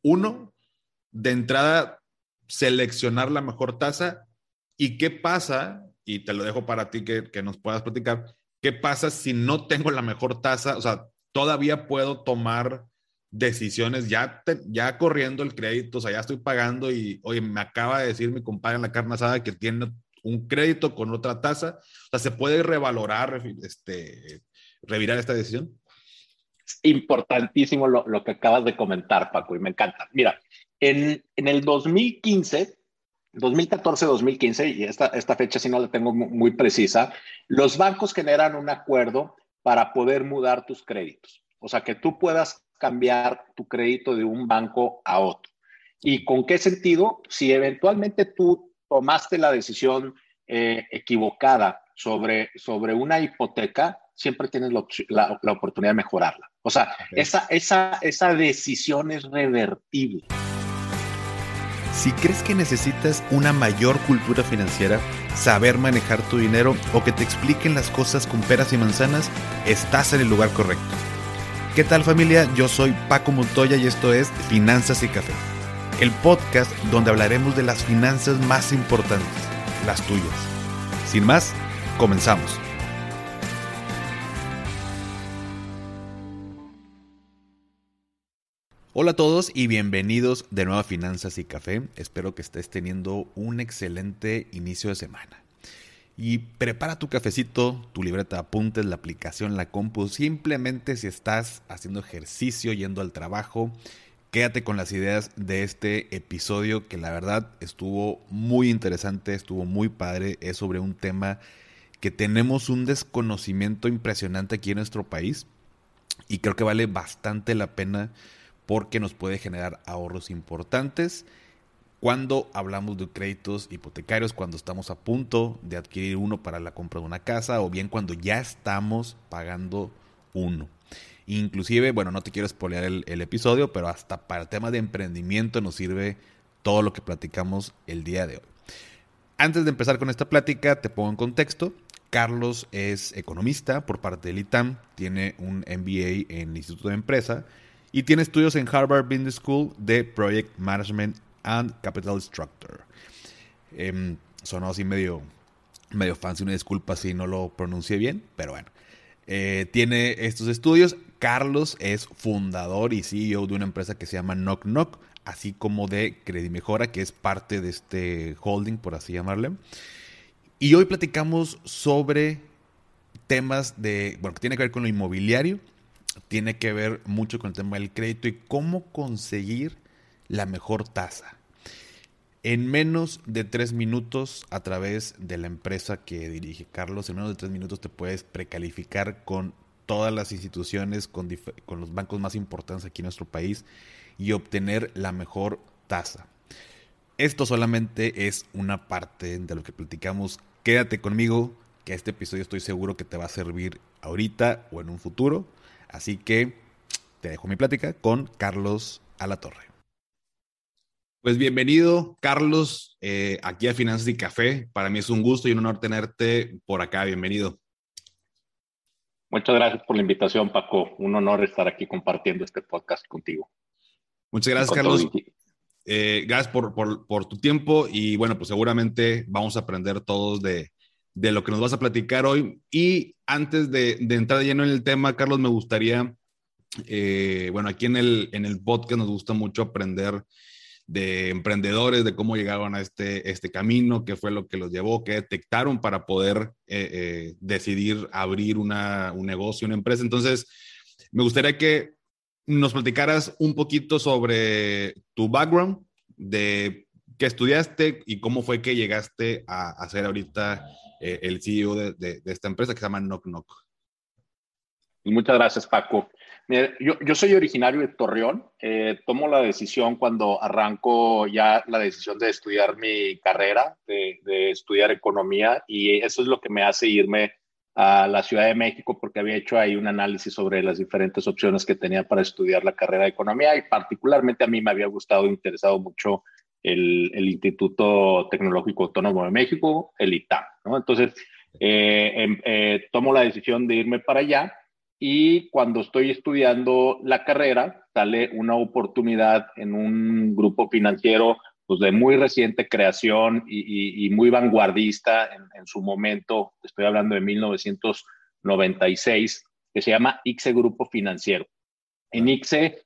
uno, de entrada, seleccionar la mejor tasa. ¿Y qué pasa? Y te lo dejo para ti que nos puedas platicar. ¿Qué pasa si no tengo la mejor tasa? O sea, todavía puedo tomar decisiones ya corriendo el crédito, o sea, ya estoy pagando y, oye, me acaba de decir mi compadre en la carne asada que tiene un crédito con otra tasa. O sea, ¿se puede revalorar, revirar esta decisión? Importantísimo lo que acabas de comentar, Paco, y me encanta. Mira, en el 2015, 2014-2015, y esta fecha sí no la tengo muy precisa, los bancos generan un acuerdo para poder mudar tus créditos. O sea, que tú puedas cambiar tu crédito de un banco a otro. ¿Y con qué sentido? Si eventualmente tú tomaste la decisión equivocada sobre una hipoteca, siempre tienes la oportunidad de mejorarla. O sea, Okay. esa decisión es revertible. Si crees que necesitas una mayor cultura financiera, saber manejar tu dinero o que te expliquen las cosas con peras y manzanas, estás en el lugar correcto. ¿Qué tal, familia? Yo soy Paco Montoya y esto es Finanzas y Café, el podcast donde hablaremos de las finanzas más importantes, las tuyas. Sin más, comenzamos. Hola a todos y bienvenidos de nuevo a Finanzas y Café. Espero que estés teniendo un excelente inicio de semana. Y prepara tu cafecito, tu libreta de apuntes, la aplicación, la compu. Simplemente si estás haciendo ejercicio, yendo al trabajo, quédate con las ideas de este episodio que la verdad estuvo muy interesante, estuvo muy padre. Es sobre un tema que tenemos un desconocimiento impresionante aquí en nuestro país y creo que vale bastante la pena porque nos puede generar ahorros importantes cuando hablamos de créditos hipotecarios, cuando estamos a punto de adquirir uno para la compra de una casa o bien cuando ya estamos pagando uno. Inclusive, bueno, no te quiero spoilear el episodio, pero hasta para el tema de emprendimiento nos sirve todo lo que platicamos el día de hoy. Antes de empezar con esta plática, te pongo en contexto. Carlos es economista por parte del ITAM, tiene un MBA en el Instituto de Empresa y tiene estudios en Harvard Business School de Project Management and Capital Structure. Sonó así medio fancy, una disculpa si no lo pronuncié bien, pero bueno. Tiene estos estudios. Carlos es fundador y CEO de una empresa que se llama Knock Knock, así como de Credimejora, que es parte de este holding, por así llamarle. Y hoy platicamos sobre temas que tiene que ver con lo inmobiliario, tiene que ver mucho con el tema del crédito y cómo conseguir la mejor tasa. En menos de 3 minutos, a través de la empresa que dirige Carlos, en menos de 3 minutos te puedes precalificar con todas las instituciones, con los bancos más importantes aquí en nuestro país y obtener la mejor tasa. Esto solamente es una parte de lo que platicamos. Quédate conmigo, que este episodio estoy seguro que te va a servir ahorita o en un futuro. Así que te dejo mi plática con Carlos Alatorre. Pues bienvenido, Carlos, aquí a Finanzas y Café. Para mí es un gusto y un honor tenerte por acá. Bienvenido. Muchas gracias por la invitación, Paco. Un honor estar aquí compartiendo este podcast contigo Muchas y gracias, con tu Carlos. audiencia. Gracias por tu tiempo y bueno, pues seguramente vamos a aprender todos de lo que nos vas a platicar hoy. Y antes de entrar lleno en el tema, Carlos, me gustaría, bueno, aquí en el podcast nos gusta mucho aprender de emprendedores, de cómo llegaron a este camino, qué fue lo que los llevó, qué detectaron para poder decidir abrir un negocio, una empresa. Entonces, me gustaría que nos platicaras un poquito sobre tu background, de qué estudiaste y cómo fue que llegaste a ser ahorita el CEO de esta empresa que se llama Knock Knock. Y muchas gracias, Paco. Mira, yo soy originario de Torreón. Tomo la decisión cuando arranco ya la decisión de estudiar mi carrera, de estudiar economía, y eso es lo que me hace irme a la Ciudad de México, porque había hecho ahí un análisis sobre las diferentes opciones que tenía para estudiar la carrera de economía, y particularmente a mí me había gustado, interesado mucho el Instituto Tecnológico Autónomo de México, el ITAM, ¿no? Entonces, tomo la decisión de irme para allá. y cuando estoy estudiando la carrera, sale una oportunidad en un grupo financiero pues, de muy reciente creación y muy vanguardista en su momento. Estoy hablando de 1996, que se llama ICSE Grupo Financiero. En ICSE,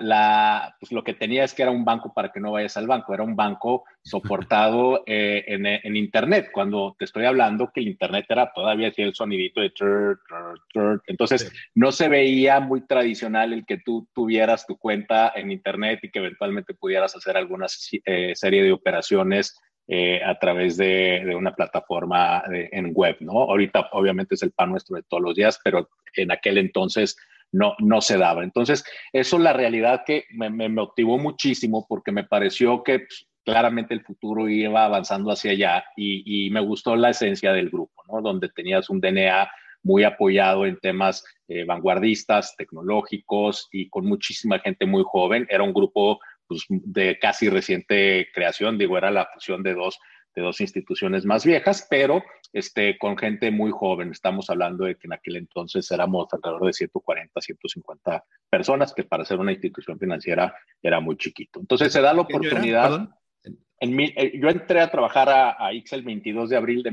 pues lo que tenía es que era un banco para que no vayas al banco, era un banco soportado en Internet, cuando te estoy hablando que el Internet era todavía así el sonidito de tur, tur, tur. Entonces Sí. no se veía muy tradicional el que tú tuvieras tu cuenta en Internet y que eventualmente pudieras hacer alguna serie de operaciones a través de una plataforma en web, ¿no? Ahorita obviamente es el pan nuestro de todos los días, pero en aquel entonces no se daba. Entonces, eso es la realidad que me motivó muchísimo porque me pareció que pues, claramente el futuro iba avanzando hacia allá y me gustó la esencia del grupo, ¿no? Donde tenías un DNA muy apoyado en temas vanguardistas, tecnológicos y con muchísima gente muy joven. Era un grupo pues, de casi reciente creación, digo, era la fusión de dos instituciones más viejas, pero con gente muy joven. Estamos hablando de que en aquel entonces éramos alrededor de 140, 150 personas, que para ser una institución financiera era muy chiquito. Entonces se da la ¿Qué año era? oportunidad. Perdón. Yo entré a trabajar a ICSE el 22 de abril de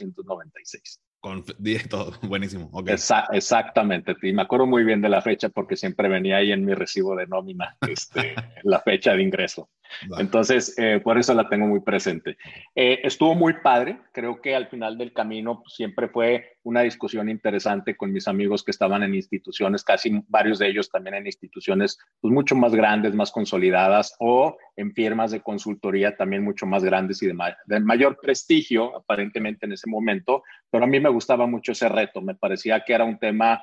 1996. Dije todo, buenísimo, ok. Exactamente, y me acuerdo muy bien de la fecha porque siempre venía ahí en mi recibo de nómina, la fecha de ingreso. Va. Entonces, por eso la tengo muy presente. Estuvo muy padre, creo que al final del camino pues, siempre fue una discusión interesante con mis amigos que estaban en instituciones, casi varios de ellos también en instituciones pues, mucho más grandes, más consolidadas o en firmas de consultoría también mucho más grandes y de mayor prestigio aparentemente en ese momento, pero a mí me gustaba mucho ese reto, me parecía que era un tema,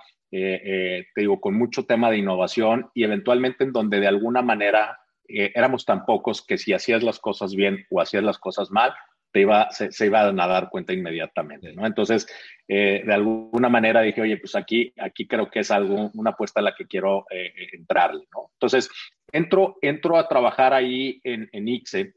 te digo, con mucho tema de innovación y eventualmente en donde de alguna manera éramos tan pocos que si hacías las cosas bien o hacías las cosas mal, se iban a dar cuenta inmediatamente, ¿no? Entonces, de alguna manera dije, oye, pues aquí creo que es una apuesta a la que quiero entrarle, ¿no? Entonces, entro a trabajar ahí en ICSE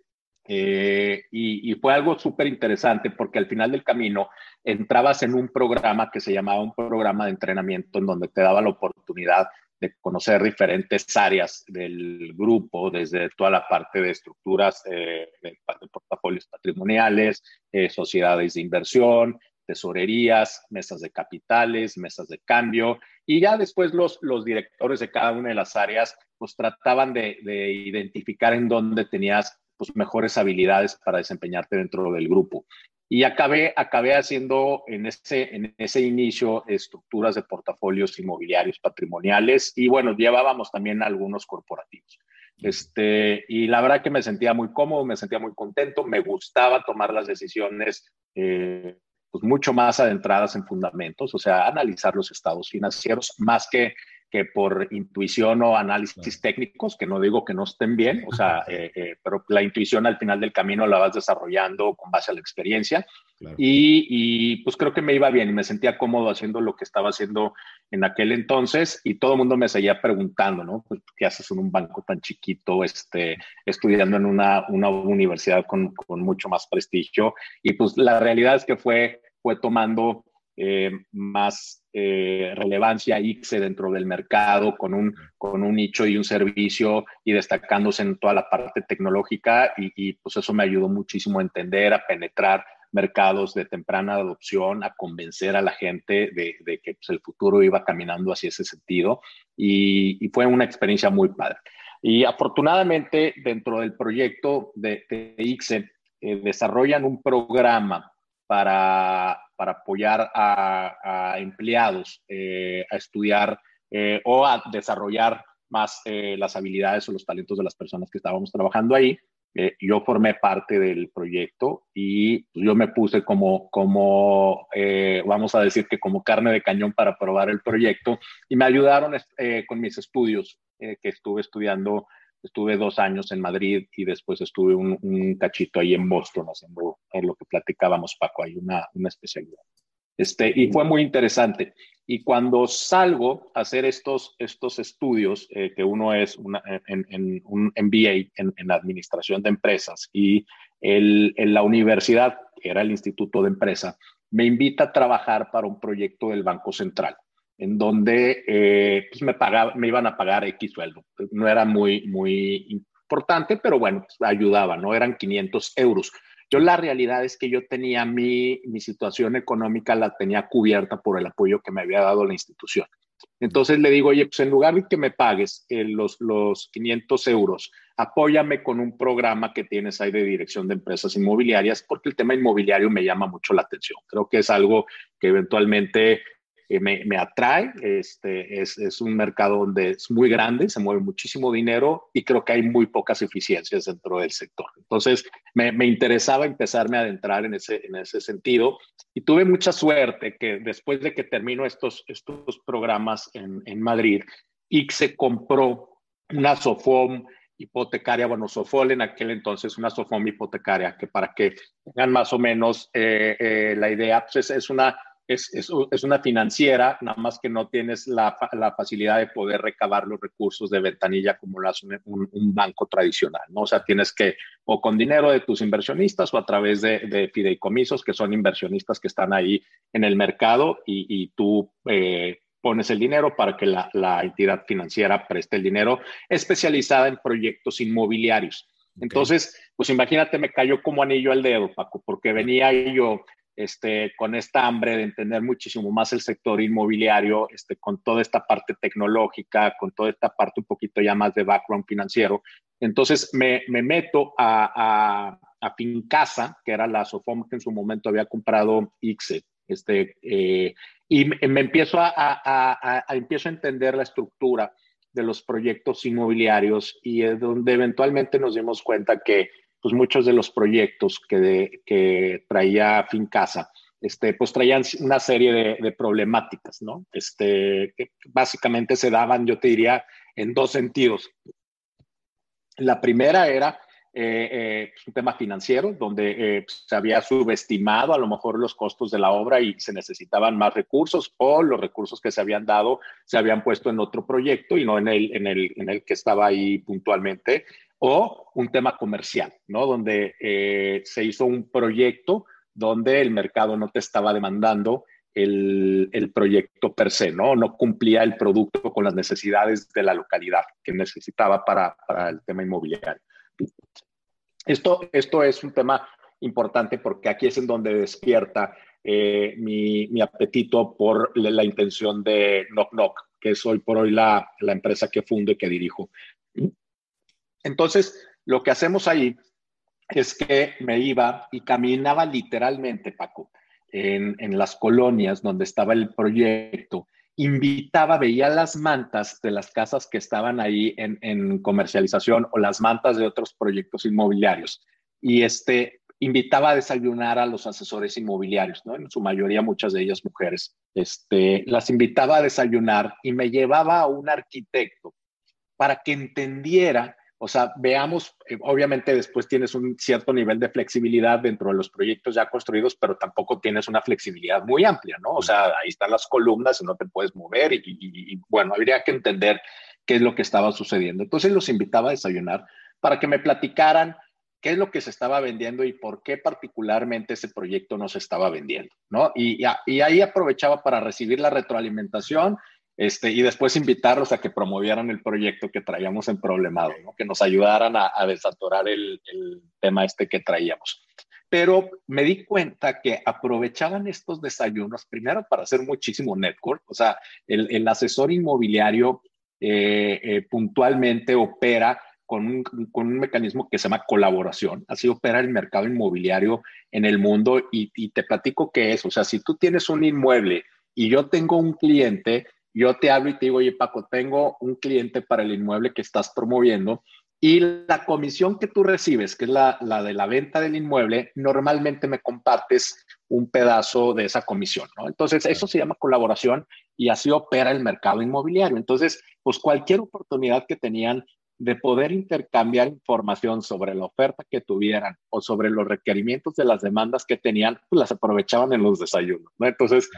y fue algo súper interesante porque al final del camino entrabas en un programa que se llamaba un programa de entrenamiento en donde te daba la oportunidad de conocer diferentes áreas del grupo, desde toda la parte de estructuras de portafolios patrimoniales, sociedades de inversión, tesorerías, mesas de capitales, mesas de cambio, y ya después los directores de cada una de las áreas pues trataban de identificar en dónde tenías pues, mejores habilidades para desempeñarte dentro del grupo. Y acabé haciendo en ese inicio estructuras de portafolios inmobiliarios patrimoniales y bueno, llevábamos también algunos corporativos. Y la verdad que me sentía muy cómodo, me sentía muy contento, me gustaba tomar las decisiones pues mucho más adentradas en fundamentos, o sea, analizar los estados financieros más que por intuición o análisis técnicos, que no digo que no estén bien, o sea, pero la intuición al final del camino la vas desarrollando con base a la experiencia. Claro. Y pues creo que me iba bien y me sentía cómodo haciendo lo que estaba haciendo en aquel entonces y todo el mundo me seguía preguntando, ¿no? Pues, ¿qué haces en un banco tan chiquito, estudiando en una universidad con mucho más prestigio? Y pues la realidad es que fue tomando más relevancia ICSE dentro del mercado con un nicho y un servicio y destacándose en toda la parte tecnológica y pues eso me ayudó muchísimo a entender, a penetrar mercados de temprana adopción, a convencer a la gente de que pues, el futuro iba caminando hacia ese sentido y fue una experiencia muy padre. Y afortunadamente dentro del proyecto de ICSE desarrollan un programa para apoyar a empleados a estudiar o a desarrollar más las habilidades o los talentos de las personas que estábamos trabajando ahí. Yo formé parte del proyecto y yo me puse vamos a decir que como carne de cañón para probar el proyecto y me ayudaron con mis estudios que estuve 2 años en Madrid y después estuve un cachito ahí en Boston haciendo lo que platicábamos, Paco, hay una especialidad. Y fue muy interesante. Y cuando salgo a hacer estos estudios, que uno es en un MBA en Administración de Empresas y en la universidad, que era el Instituto de Empresa, me invita a trabajar para un proyecto del Banco Central. en donde pues me iban a pagar X sueldo. No era muy importante, pero bueno, pues ayudaba, ¿no? Eran 500 euros. Yo la realidad es que yo tenía mi situación económica, la tenía cubierta por el apoyo que me había dado la institución. Entonces le digo, oye, pues en lugar de que me pagues los 500 euros, apóyame con un programa que tienes ahí de dirección de empresas inmobiliarias, porque el tema inmobiliario me llama mucho la atención. Creo que es algo que eventualmente me atrae. Es un mercado donde es muy grande, se mueve muchísimo dinero y creo que hay muy pocas eficiencias dentro del sector. Entonces, me interesaba empezarme a adentrar en ese sentido y tuve mucha suerte que después de que termino estos programas en Madrid, ICSE compró una SOFOM hipotecaria, bueno, SOFOL en aquel entonces, una SOFOM hipotecaria, que para que tengan más o menos la idea, pues es una financiera, nada más que no tienes la facilidad de poder recabar los recursos de ventanilla como lo hace un banco tradicional, ¿no? O sea, tienes que, o con dinero de tus inversionistas o a través de fideicomisos, que son inversionistas que están ahí en el mercado y tú pones el dinero para que la entidad financiera preste el dinero, especializada en proyectos inmobiliarios. Okay. Entonces, pues imagínate, me cayó como anillo al dedo, Paco, porque venía yo con esta hambre de entender muchísimo más el sector inmobiliario, con toda esta parte tecnológica, con toda esta parte un poquito ya más de background financiero. Entonces me meto a Fincasa, que era la SOFOM que en su momento había comprado ICSE, y me empiezo empiezo a entender la estructura de los proyectos inmobiliarios y es donde eventualmente nos dimos cuenta que pues muchos de los proyectos que traía Fincasa, pues traían una serie de problemáticas, ¿no? Que básicamente se daban, yo te diría, en dos sentidos. La primera era un tema financiero, donde se había subestimado a lo mejor los costos de la obra y se necesitaban más recursos, o los recursos que se habían dado se habían puesto en otro proyecto y no en el que estaba ahí puntualmente, o un tema comercial, ¿no? Donde se hizo un proyecto donde el mercado no te estaba demandando el proyecto per se, ¿no? No cumplía el producto con las necesidades de la localidad que necesitaba para el tema inmobiliario. Esto es un tema importante porque aquí es en donde despierta mi apetito por la intención de Knock Knock, que es hoy por hoy la empresa que fundo y que dirijo. Entonces, lo que hacemos ahí es que me iba y caminaba literalmente, Paco, en las colonias donde estaba el proyecto, veía las mantas de las casas que estaban ahí en comercialización o las mantas de otros proyectos inmobiliarios y invitaba a desayunar a los asesores inmobiliarios, ¿no? En su mayoría, muchas de ellas mujeres. Las invitaba a desayunar y me llevaba a un arquitecto para que entendiera. O sea, veamos, obviamente después tienes un cierto nivel de flexibilidad dentro de los proyectos ya construidos, pero tampoco tienes una flexibilidad muy amplia, ¿no? O sea, ahí están las columnas y no te puedes mover y bueno, habría que entender qué es lo que estaba sucediendo. Entonces los invitaba a desayunar para que me platicaran qué es lo que se estaba vendiendo y por qué particularmente ese proyecto no se estaba vendiendo, ¿no? Y ahí aprovechaba para recibir la retroalimentación y después invitarlos a que promovieran el proyecto que traíamos en Problemado, ¿no? Que nos ayudaran a desatorar el tema que traíamos. Pero me di cuenta que aprovechaban estos desayunos, primero para hacer muchísimo network, o sea, el asesor inmobiliario puntualmente opera con un mecanismo que se llama colaboración. Así opera el mercado inmobiliario en el mundo y te platico qué es. O sea, si tú tienes un inmueble y yo tengo un cliente, yo te hablo y te digo, oye, Paco, tengo un cliente para el inmueble que estás promoviendo y la comisión que tú recibes, que es la de la venta del inmueble, normalmente me compartes un pedazo de esa comisión, ¿no? Entonces, eso se llama colaboración y así opera el mercado inmobiliario. Entonces, pues cualquier oportunidad que tenían de poder intercambiar información sobre la oferta que tuvieran o sobre los requerimientos de las demandas que tenían, pues las aprovechaban en los desayunos, ¿no? Entonces,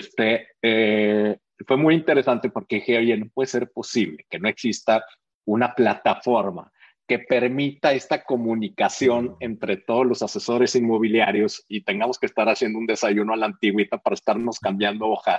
fue muy interesante porque dije, oye, no puede ser posible que no exista una plataforma que permita esta comunicación entre todos los asesores inmobiliarios y tengamos que estar haciendo un desayuno a la antigüita para estarnos cambiando hojas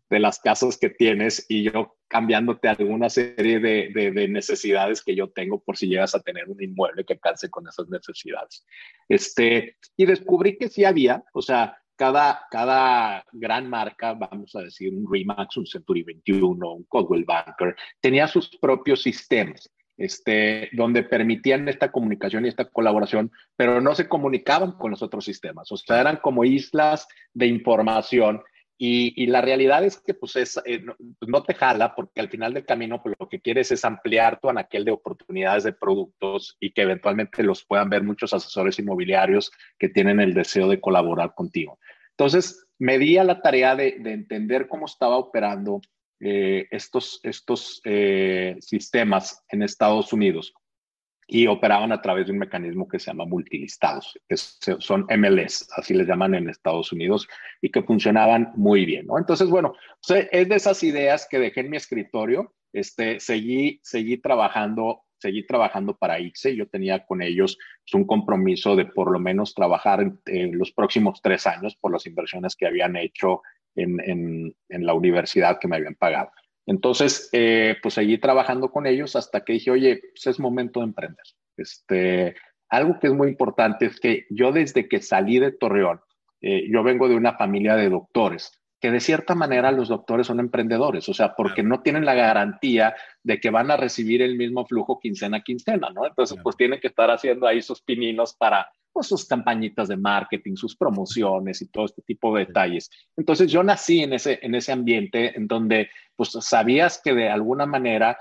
de las casas que tienes y yo cambiándote alguna serie de necesidades que yo tengo por si llegas a tener un inmueble que calce con esas necesidades. Y descubrí que sí había, o sea, cada gran marca, vamos a decir un Remax, un Century 21, un Coldwell Banker, tenía sus propios sistemas. Donde permitían esta comunicación y esta colaboración, pero no se comunicaban con los otros sistemas. O sea, eran como islas de información y la realidad es que pues no te jala porque al final del camino pues, lo que quieres es ampliar tu anaquel de oportunidades de productos y que eventualmente los puedan ver muchos asesores inmobiliarios que tienen el deseo de colaborar contigo. Entonces, me di a la tarea de entender cómo estaba operando estos sistemas en Estados Unidos y operaban a través de un mecanismo que se llama multilistados, que son MLS, así les llaman en Estados Unidos, y que funcionaban muy bien, ¿no? Entonces, bueno, es de esas ideas que dejé en mi escritorio, seguí trabajando para ICSE. Yo tenía con ellos un compromiso de por lo menos trabajar en los próximos 3 años por las inversiones que habían hecho en la universidad que me habían pagado. Entonces, pues seguí trabajando con ellos hasta que dije, oye, pues es momento de emprender. Algo que es muy importante es que yo desde que salí de Torreón, yo vengo de una familia de doctores, que de cierta manera los doctores son emprendedores, o sea, porque no tienen la garantía de que van a recibir el mismo flujo quincena a quincena, ¿no? Entonces, pues tienen que estar haciendo ahí sus pininos para pues, sus campañitas de marketing, sus promociones y todo este tipo de detalles. Entonces, yo nací en ese ambiente en donde pues sabías que de alguna manera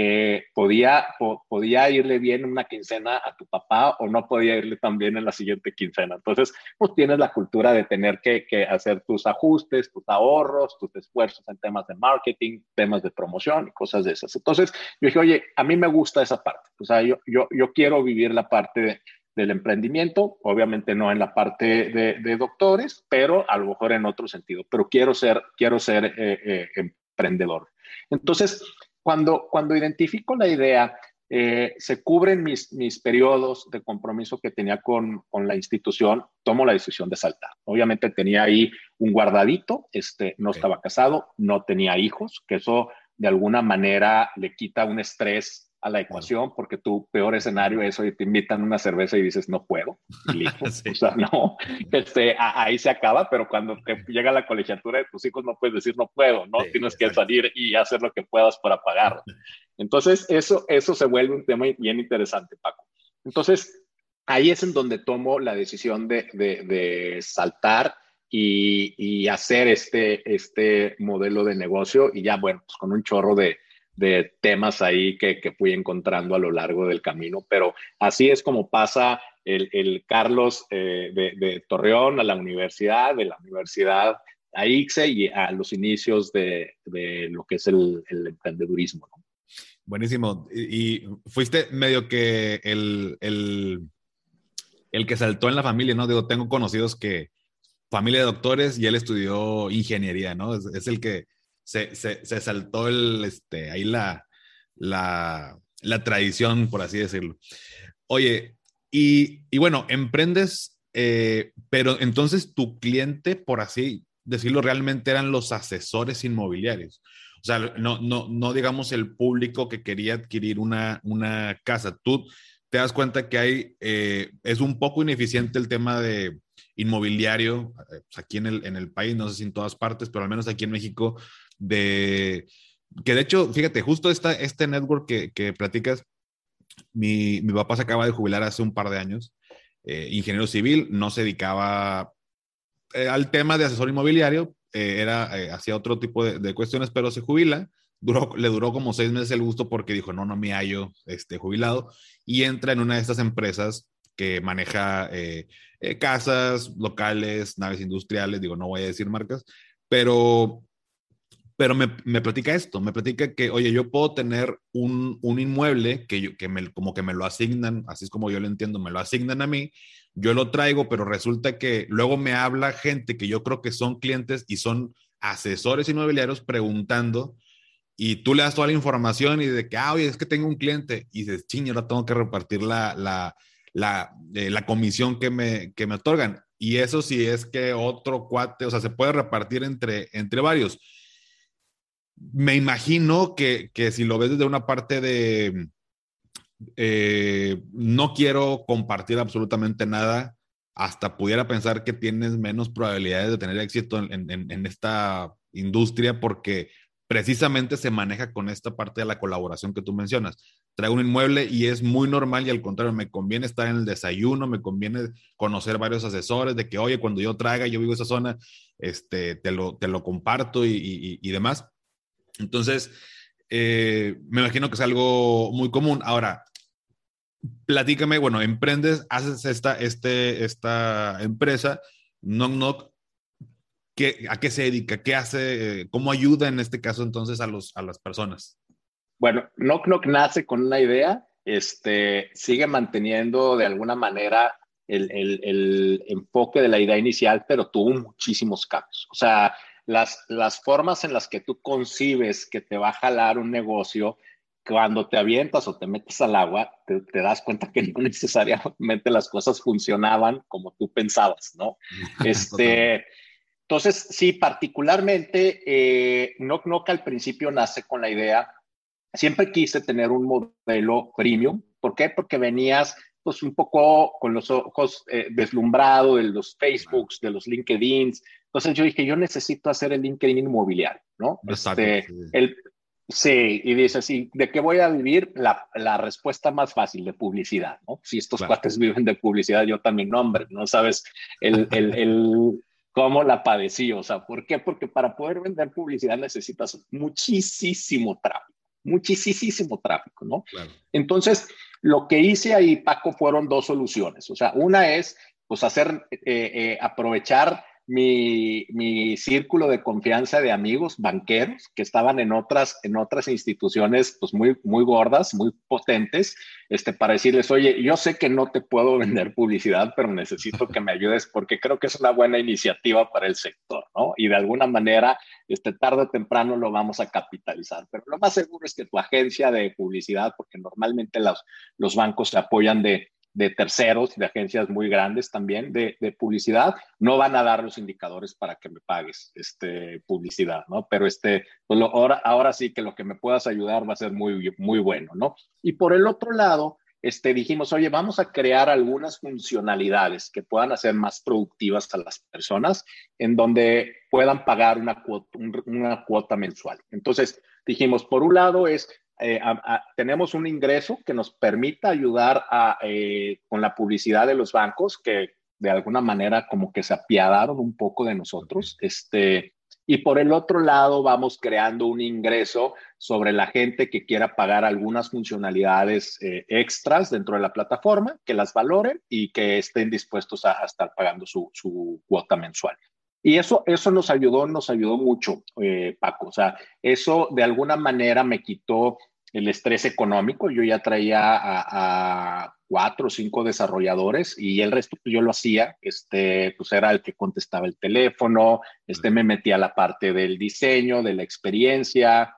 podía irle bien una quincena a tu papá o no podía irle tan bien en la siguiente quincena. Entonces, pues tienes la cultura de tener que hacer tus ajustes, tus ahorros, tus esfuerzos en temas de marketing, temas de promoción y cosas de esas. Entonces, yo dije, oye, a mí me gusta esa parte. O sea, yo quiero vivir la parte del emprendimiento, obviamente no en la parte de doctores, pero a lo mejor en otro sentido, pero quiero ser emprendedor. Entonces, cuando identifico la idea, se cubren mis periodos de compromiso que tenía con la institución, tomo la decisión de saltar. Obviamente tenía ahí un guardadito, no estaba casado, no tenía hijos, que eso de alguna manera le quita un estrés a la ecuación, porque tu peor escenario es hoy te invitan una cerveza y dices no puedo, y listo. Sí. O sea, no, ahí se acaba, pero cuando te llega la colegiatura de tus hijos no puedes decir no puedo, ¿no? Sí, tienes que salir y hacer lo que puedas para pagarlo. Entonces, eso se vuelve un tema bien interesante, Paco. Entonces, ahí es en donde tomo la decisión de saltar y hacer este modelo de negocio y ya, bueno, pues con un chorro de temas ahí que fui encontrando a lo largo del camino, pero así es como pasa el Carlos de Torreón a la universidad, de la universidad a ICSE y a los inicios de lo que es el emprendedurismo, ¿no? Buenísimo. Y fuiste medio que el que saltó en la familia, ¿no? Digo, tengo conocidos que familia de doctores y él estudió ingeniería, ¿no? Es el que se saltó ahí la tradición, por así decirlo. Oye, y bueno, emprendes, pero entonces tu cliente, por así decirlo, realmente eran los asesores inmobiliarios. O sea, no digamos el público que quería adquirir una casa. Tú te das cuenta que es un poco ineficiente el tema de inmobiliario, pues aquí en el país, no sé si en todas partes, pero al menos aquí en México, que de hecho, fíjate, justo este network que platicas, mi papá se acaba de jubilar hace un par de años, ingeniero civil, no se dedicaba al tema de asesor inmobiliario, hacía otro tipo de cuestiones, pero se jubila, le duró como 6 meses el gusto porque dijo, no me hallo jubilado, y entra en una de estas empresas que maneja casas, locales, naves industriales, digo, no voy a decir marcas, pero me platica esto, me platica que, oye, yo puedo tener un inmueble como que me lo asignan, así es como yo lo entiendo, me lo asignan a mí, yo lo traigo, pero resulta que luego me habla gente que yo creo que son clientes y son asesores inmobiliarios preguntando, y tú le das toda la información y de que, oye, es que tengo un cliente, y dices, ching, ahora tengo que repartir la comisión que me otorgan. Y eso sí es que otro cuate, o sea, se puede repartir entre varios. me imagino que si lo ves desde una parte de no quiero compartir absolutamente nada, hasta pudiera pensar que tienes menos probabilidades de tener éxito en esta industria porque precisamente se maneja con esta parte de la colaboración que tú mencionas. Traigo un inmueble y es muy normal y al contrario, me conviene estar en el desayuno, me conviene conocer varios asesores de que, oye, cuando yo traiga, yo vivo en esa zona, te lo comparto y demás. Entonces, me imagino que es algo muy común. Ahora, platícame, bueno, emprendes, haces esta empresa, Knock Knock, ¿a qué se dedica? ¿Qué hace? ¿Cómo ayuda en este caso entonces a las personas? Bueno, Knock Knock nace con una idea, sigue manteniendo de alguna manera el enfoque de la idea inicial, pero tuvo muchísimos cambios. O sea, las formas en las que tú concibes que te va a jalar un negocio, cuando te avientas o te metes al agua, te das cuenta que no necesariamente las cosas funcionaban como tú pensabas, ¿no? Totalmente. Entonces, sí, particularmente, Knock Knock al principio nace con la idea. Siempre quise tener un modelo premium. ¿Por qué? Porque venías pues un poco con los ojos deslumbrado de los Claro. Facebooks, de los LinkedIns. Entonces yo dije, yo necesito hacer el LinkedIn inmobiliario, ¿no? No startup, sí. Sí, y dices, ¿y de qué voy a vivir? La respuesta más fácil, de publicidad, ¿no? Si estos Claro. cuates viven de publicidad, yo también, no, hombre, no sabes cómo la padecí. O sea, ¿por qué? Porque para poder vender publicidad necesitas muchísimo tráfico, ¿no? Claro. Entonces, lo que hice ahí, Paco, fueron dos soluciones. O sea, una es, pues, aprovechar mi círculo de confianza de amigos banqueros que estaban en otras instituciones, pues, muy gordas, muy potentes, para decirles, oye, yo sé que no te puedo vender publicidad, pero necesito que me ayudes porque creo que es una buena iniciativa para el sector, ¿no? Y de alguna manera, tarde o temprano lo vamos a capitalizar. Pero lo más seguro es que tu agencia de publicidad, porque normalmente los bancos se apoyan de terceros, de agencias muy grandes también de publicidad, no van a dar los indicadores para que me pagues publicidad, ¿no? Pero pues ahora sí que lo que me puedas ayudar va a ser muy bueno, ¿no? Y por el otro lado, dijimos, oye, vamos a crear algunas funcionalidades que puedan hacer más productivas a las personas en donde puedan pagar una cuota mensual. Entonces, dijimos, por un lado tenemos un ingreso que nos permita ayudar con la publicidad de los bancos, que de alguna manera como que se apiadaron un poco de Okay. nosotros. Y por el otro lado, vamos creando un ingreso sobre la gente que quiera pagar algunas funcionalidades extras dentro de la plataforma, que las valoren y que estén dispuestos a estar pagando su cuota mensual. Y eso nos ayudó mucho, Paco. O sea, eso de alguna manera me quitó el estrés económico. Yo ya traía a 4 o 5 desarrolladores y el resto pues, yo lo hacía. Pues era el que contestaba el teléfono, me metía a la parte del diseño, de la experiencia,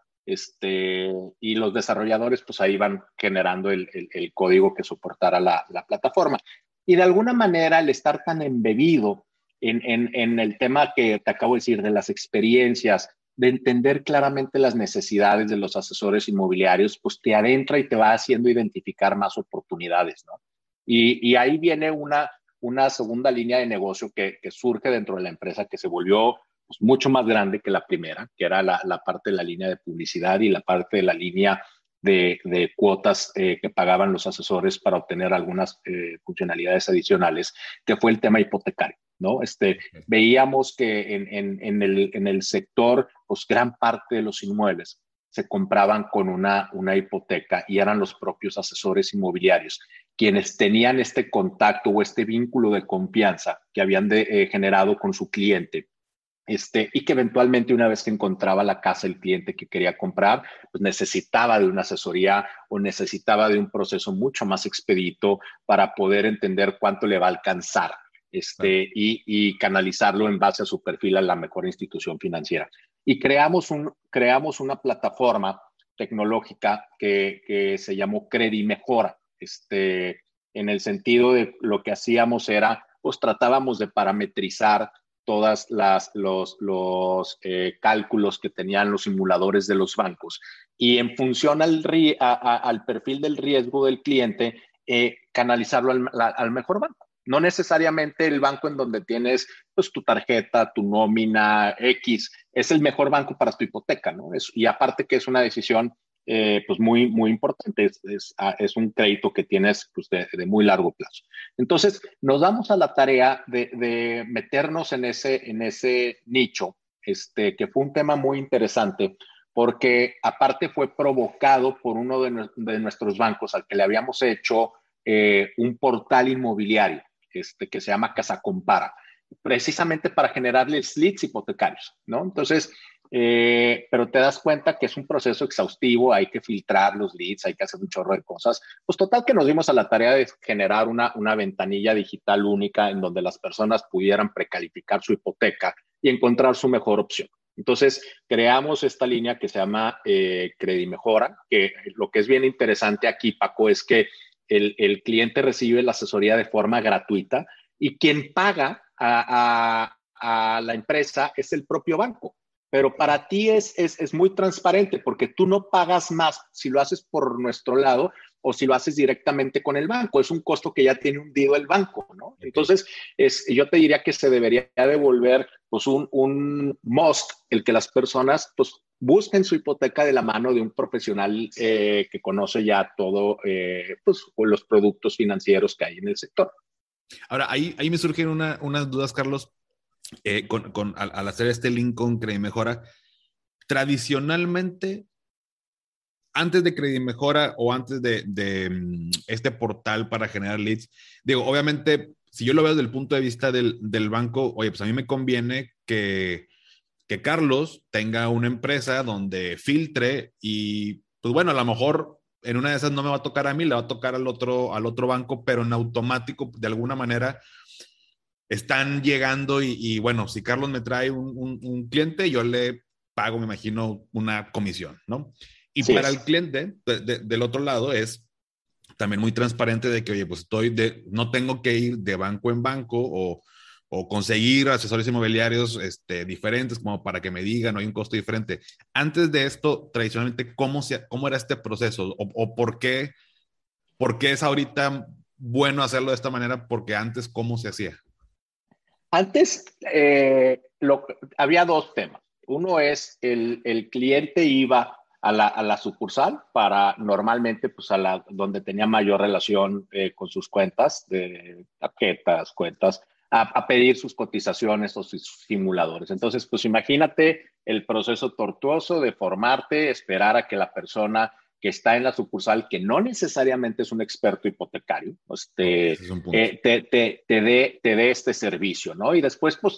y los desarrolladores pues ahí van generando el código que soportara la plataforma. Y de alguna manera, el estar tan embebido en el tema que te acabo de decir, de las experiencias, de entender claramente las necesidades de los asesores inmobiliarios, pues te adentra y te va haciendo identificar más oportunidades, ¿no? Y ahí viene una segunda línea de negocio que surge dentro de la empresa, que se volvió pues, mucho más grande que la primera, que era la parte de la línea de publicidad y la parte de la línea de cuotas que pagaban los asesores para obtener algunas funcionalidades adicionales, que fue el tema hipotecario, ¿no? Veíamos que en el sector, pues gran parte de los inmuebles se compraban con una hipoteca y eran los propios asesores inmobiliarios quienes tenían este contacto o este vínculo de confianza que habían generado con su cliente. Y que eventualmente una vez que encontraba la casa el cliente que quería comprar, pues necesitaba de una asesoría o necesitaba de un proceso mucho más expedito para poder entender cuánto le va a alcanzar Claro. y canalizarlo en base a su perfil a la mejor institución financiera. Y creamos una plataforma tecnológica que se llamó Credimejora, en el sentido de lo que hacíamos era, pues tratábamos de parametrizar todas los cálculos que tenían los simuladores de los bancos y en función al perfil del riesgo del cliente, canalizarlo al mejor banco. No necesariamente el banco en donde tienes pues, tu tarjeta, tu nómina, X, es el mejor banco para tu hipoteca, ¿no? Y aparte que es una decisión pues muy, muy importante, es un crédito que tienes pues, de muy largo plazo. Entonces, nos damos a la tarea de meternos en ese nicho, que fue un tema muy interesante, porque aparte fue provocado por uno de nuestros bancos al que le habíamos hecho un portal inmobiliario que se llama Casa Compara, precisamente para generarles leads hipotecarios, ¿no? Entonces, pero te das cuenta que es un proceso exhaustivo, hay que filtrar los leads, hay que hacer un chorro de cosas. Pues total que nos dimos a la tarea de generar una ventanilla digital única en donde las personas pudieran precalificar su hipoteca y encontrar su mejor opción. Entonces, creamos esta línea que se llama Credimejora, que lo que es bien interesante aquí, Paco, es que el cliente recibe la asesoría de forma gratuita y quien paga a la empresa es el propio banco. Pero para ti es muy transparente porque tú no pagas más si lo haces por nuestro lado o si lo haces directamente con el banco. Es un costo que ya tiene hundido el banco, ¿no? Entonces, yo te diría que se debería devolver pues, un must, el que las personas pues, busquen su hipoteca de la mano de un profesional que conoce ya todo, pues, los productos financieros que hay en el sector. Ahora, ahí me surgen unas dudas, Carlos, al hacer este link con Credimejora. Tradicionalmente, antes de Credimejora o antes de este portal para generar leads, digo, obviamente, si yo lo veo desde el punto de vista del banco, oye, pues a mí me conviene que Carlos tenga una empresa donde filtre y, pues bueno, a lo mejor en una de esas no me va a tocar a mí, le va a tocar al otro banco, pero en automático, de alguna manera, están llegando y bueno, si Carlos me trae un cliente, yo le pago, me imagino, una comisión, ¿no? Y Sí para el es. cliente, del otro lado, es también muy transparente de que, oye, pues no tengo que ir de banco en banco o conseguir asesores inmobiliarios diferentes como para que me digan, no hay un costo diferente. Antes de esto, tradicionalmente, ¿cómo era este proceso? ¿O por qué es ahorita bueno hacerlo de esta manera? Porque antes, ¿cómo se hacía? Antes había dos temas. Uno es el cliente iba a la sucursal para normalmente pues donde tenía mayor relación con sus cuentas de tarjetas, cuentas, a pedir sus cotizaciones o sus simuladores. Entonces, pues imagínate el proceso tortuoso de formarte, esperar a que la persona que está en la sucursal, que no necesariamente es un experto hipotecario, Okay, ese es un punto. te dé este servicio, ¿no? Y después, pues,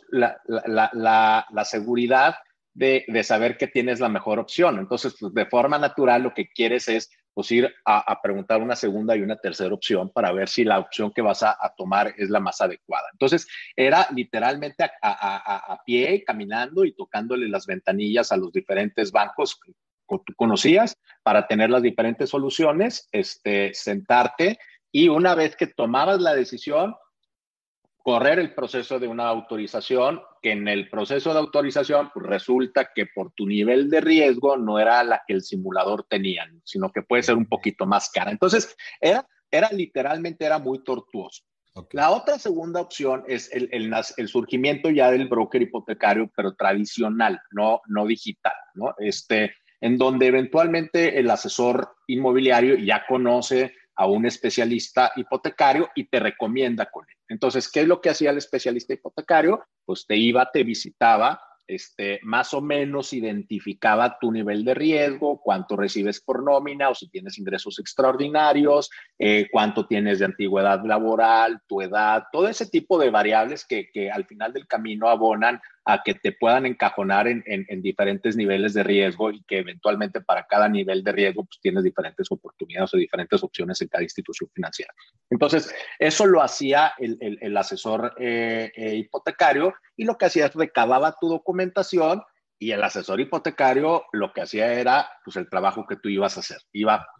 la seguridad de saber que tienes la mejor opción. Entonces, pues, de forma natural, lo que quieres es pues, ir a preguntar una segunda y una tercera opción para ver si la opción que vas a tomar es la más adecuada. Entonces, era literalmente a pie, caminando y tocándole las ventanillas a los diferentes bancos que tú conocías para tener las diferentes soluciones, sentarte y una vez que tomabas la decisión, correr el proceso de una autorización, que en el proceso de autorización pues resulta que por tu nivel de riesgo no era la que el simulador tenía, sino que puede ser un poquito más cara. Entonces, literalmente era muy tortuoso. Okay. La otra segunda opción es el surgimiento ya del broker hipotecario, pero tradicional, no digital, ¿no? En donde eventualmente el asesor inmobiliario ya conoce a un especialista hipotecario y te recomienda con él. Entonces, ¿qué es lo que hacía el especialista hipotecario? Pues te visitaba, más o menos identificaba tu nivel de riesgo, cuánto recibes por nómina o si tienes ingresos extraordinarios, cuánto tienes de antigüedad laboral, tu edad, todo ese tipo de variables que al final del camino abonan a que te puedan encajonar en diferentes niveles de riesgo y que eventualmente para cada nivel de riesgo pues tienes diferentes oportunidades o diferentes opciones en cada institución financiera. Entonces, eso lo hacía el asesor hipotecario y lo que hacía es recababa tu documentación y el asesor hipotecario lo que hacía era pues el trabajo que tú ibas a hacer. Iba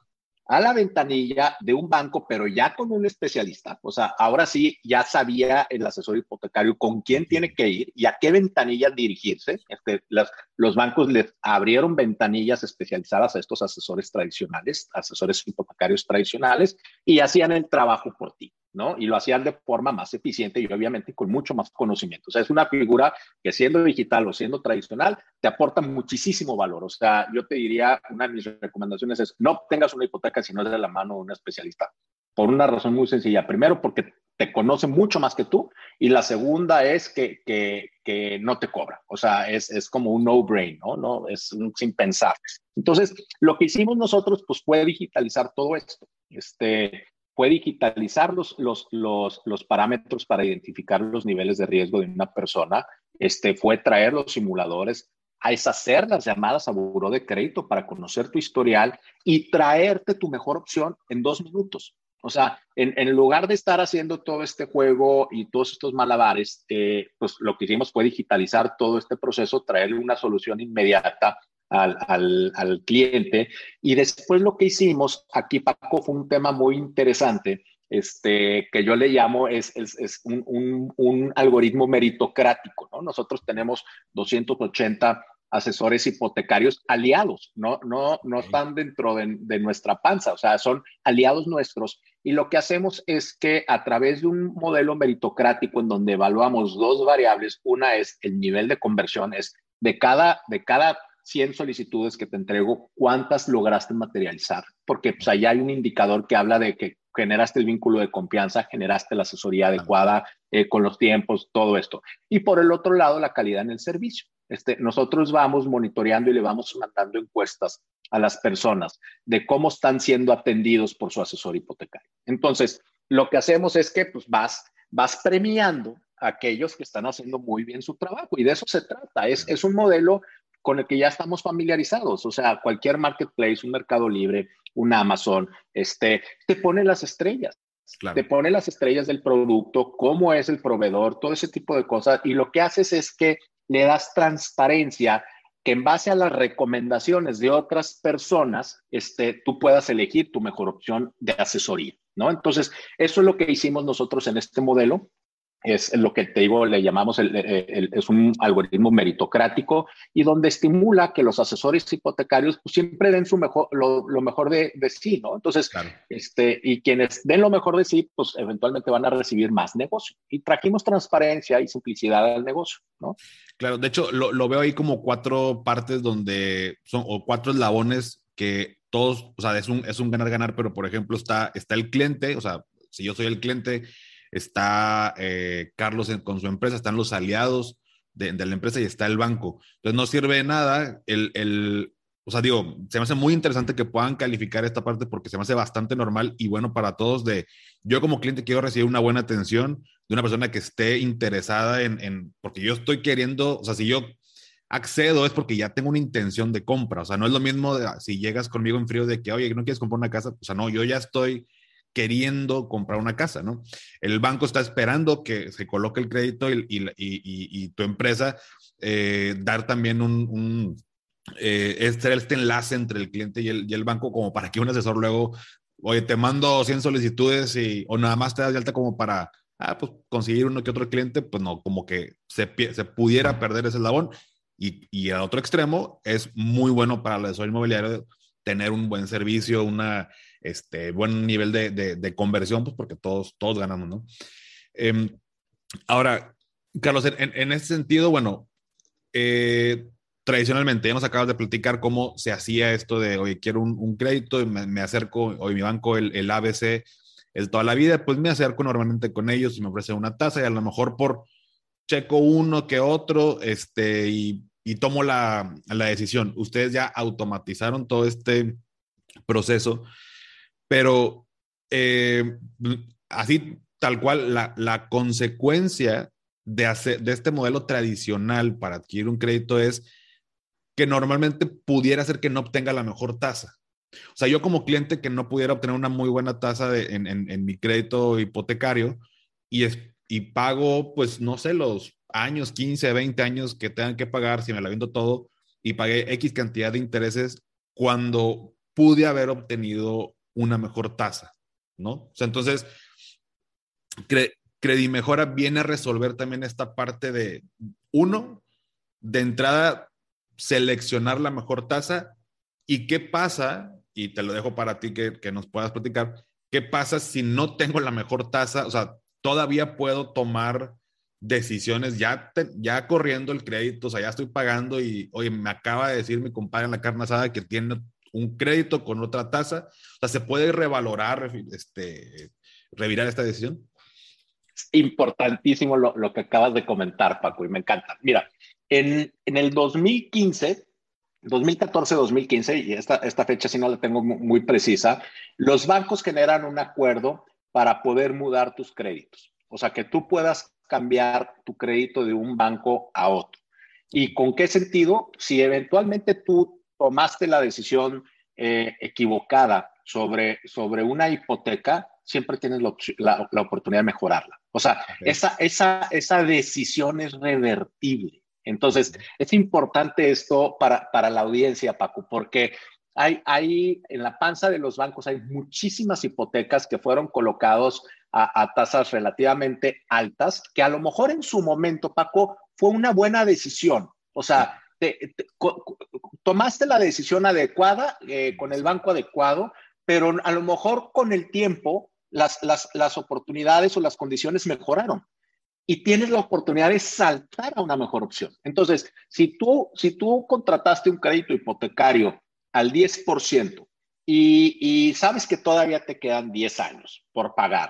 a la ventanilla de un banco, pero ya con un especialista. O sea, ahora sí ya sabía el asesor hipotecario con quién tiene que ir y a qué ventanilla dirigirse. Los bancos les abrieron ventanillas especializadas a estos asesores tradicionales, asesores hipotecarios tradicionales, y hacían el trabajo por ti, ¿no? Y lo hacían de forma más eficiente y obviamente con mucho más conocimiento. O sea, es una figura que siendo digital o siendo tradicional, te aporta muchísimo valor. O sea, yo te diría, una de mis recomendaciones es no tengas una hipoteca si no es de la mano de un especialista. Por una razón muy sencilla. Primero, porque te conoce mucho más que tú, y la segunda es que no te cobra. O sea, es como un no-brain, ¿no? No, es un, sin pensar. Entonces, lo que hicimos nosotros, pues, fue digitalizar todo esto. Fue digitalizar los parámetros para identificar los niveles de riesgo de una persona. Fue traer los simuladores, es hacer las llamadas a buró de crédito para conocer tu historial y traerte tu mejor opción en 2 minutos. O sea, en lugar de estar haciendo todo este juego y todos estos malabares, pues lo que hicimos fue digitalizar todo este proceso, traerle una solución inmediata al cliente. Y después lo que hicimos aquí, Paco, fue un tema muy interesante, que yo le llamo es un algoritmo meritocrático, ¿no? Nosotros tenemos 280 asesores hipotecarios aliados, no están dentro de nuestra panza, o sea, son aliados nuestros. Y lo que hacemos es que a través de un modelo meritocrático en donde evaluamos 2 variables, una es el nivel de conversión, es de cada 100 solicitudes que te entrego, ¿cuántas lograste materializar? Porque pues allá hay un indicador que habla de que generaste el vínculo de confianza, generaste la asesoría adecuada, con los tiempos, todo esto. Y por el otro lado, la calidad en el servicio. Nosotros vamos monitoreando y le vamos mandando encuestas a las personas de cómo están siendo atendidos por su asesor hipotecario. Entonces, lo que hacemos es que pues, vas premiando a aquellos que están haciendo muy bien su trabajo, y de eso se trata. Es un modelo con el que ya estamos familiarizados. O sea, cualquier marketplace, un Mercado Libre, un Amazon, te pone las estrellas. Claro. Te pone las estrellas del producto, cómo es el proveedor, todo ese tipo de cosas. Y lo que haces es que le das transparencia, que en base a las recomendaciones de otras personas, tú puedas elegir tu mejor opción de asesoría, ¿no? Entonces, eso es lo que hicimos nosotros en este modelo. Es lo que te digo, le llamamos, es un algoritmo meritocrático, y donde estimula que los asesores hipotecarios pues, siempre den lo mejor de sí, ¿no? Entonces, Claro. Y quienes den lo mejor de sí, pues eventualmente van a recibir más negocio. Y trajimos transparencia y simplicidad al negocio, ¿no? Claro, de hecho, lo veo ahí como 4 partes donde son, o 4 eslabones que todos, o sea, es un ganar-ganar, pero por ejemplo está el cliente, o sea, si yo soy el cliente, está Carlos con su empresa, están los aliados de la empresa y está el banco. Entonces no sirve de nada o sea, digo, se me hace muy interesante que puedan calificar esta parte porque se me hace bastante normal y bueno para todos yo como cliente quiero recibir una buena atención de una persona que esté interesada porque yo estoy queriendo, o sea, si yo accedo es porque ya tengo una intención de compra, o sea, no es lo mismo si llegas conmigo en frío de que, oye, ¿no quieres comprar una casa? O sea, no, yo ya estoy queriendo comprar una casa, ¿no? El banco está esperando que se coloque el crédito y tu empresa dar también este enlace entre el cliente y el banco como para que un asesor luego, oye, te mando 100 solicitudes o nada más te das de alta como para pues conseguir uno que otro cliente, pues no, como que se pudiera perder ese eslabón. Y al otro extremo es muy bueno para el asesor inmobiliario tener un buen servicio, buen nivel de conversión, pues porque todos ganamos, ¿no? Ahora, Carlos, en ese sentido, bueno, tradicionalmente ya nos acabas de platicar cómo se hacía esto de, oye, quiero un crédito y me acerco, oye, mi banco, el ABC, es toda la vida, pues me acerco normalmente con ellos y me ofrecen una tasa y a lo mejor por checo uno que otro, y tomo la decisión. Ustedes ya automatizaron todo este proceso, pero así tal cual la consecuencia de este modelo tradicional para adquirir un crédito es que normalmente pudiera ser que no obtenga la mejor tasa. O sea, yo como cliente que no pudiera obtener una muy buena tasa en mi crédito hipotecario y pago, pues, no sé, los años, 15, 20 años que tengan que pagar si me la vendo todo y pagué X cantidad de intereses cuando pude haber obtenido una mejor tasa, ¿no? O sea, entonces, Credimejora viene a resolver también esta parte de, uno, de entrada, seleccionar la mejor tasa. ¿Y qué pasa? Y te lo dejo para ti que nos puedas platicar. ¿Qué pasa si no tengo la mejor tasa? O sea, todavía puedo tomar decisiones ya corriendo el crédito, o sea, ya estoy pagando y, oye, me acaba de decir mi compadre en la carne asada que tiene un crédito con otra tasa. O sea, ¿se puede revalorar, revirar esta decisión? Importantísimo lo que acabas de comentar, Paco, y me encanta. Mira, en el 2015, 2014-2015, y esta fecha sí no la tengo muy precisa, los bancos generan un acuerdo para poder mudar tus créditos. O sea, que tú puedas cambiar tu crédito de un banco a otro. ¿Y con qué sentido? Si eventualmente tú tomaste la decisión equivocada sobre una hipoteca, siempre tienes la oportunidad de mejorarla. O sea, Okay. esa decisión es revertible. Entonces, es importante esto para la audiencia, Paco, porque hay en la panza de los bancos hay muchísimas hipotecas que fueron colocados a tasas relativamente altas, que a lo mejor en su momento, Paco, fue una buena decisión. O sea, tomaste la decisión adecuada con el banco adecuado, pero a lo mejor con el tiempo las oportunidades o las condiciones mejoraron y tienes la oportunidad de saltar a una mejor opción. Entonces, si tú contrataste un crédito hipotecario al 10% y sabes que todavía te quedan 10 años por pagar,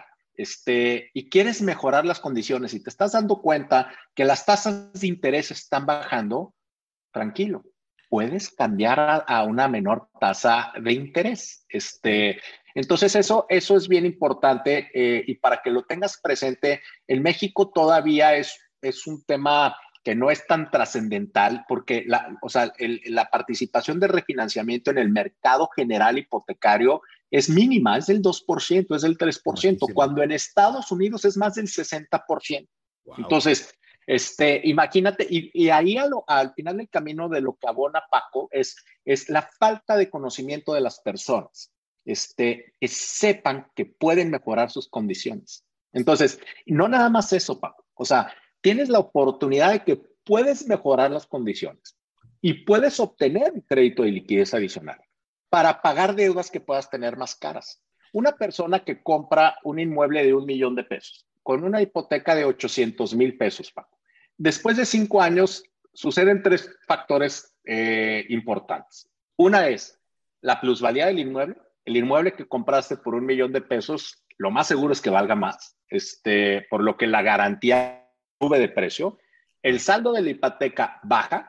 y quieres mejorar las condiciones y te estás dando cuenta que las tasas de interés están bajando, tranquilo, puedes cambiar a una menor tasa de interés. Entonces, eso es bien importante y para que lo tengas presente, en México todavía es un tema que no es tan trascendental porque la participación de refinanciamiento en el mercado general hipotecario es mínima, es del 2%, es del 3%, cuando en Estados Unidos es más del 60%. Wow. Entonces, imagínate, y ahí al final del camino de lo que abona Paco es la falta de conocimiento de las personas, que sepan que pueden mejorar sus condiciones. Entonces, no nada más eso, Paco, o sea, tienes la oportunidad de que puedes mejorar las condiciones y puedes obtener un crédito de liquidez adicional para pagar deudas que puedas tener más caras. Una persona que compra un inmueble de $1,000,000 con una hipoteca de 800,000 pesos, Paco. Después de 5 años, suceden 3 factores importantes. Una es la plusvalía del inmueble. El inmueble que compraste por $1,000,000, lo más seguro es que valga más, por lo que la garantía sube de precio. El saldo de la hipoteca baja.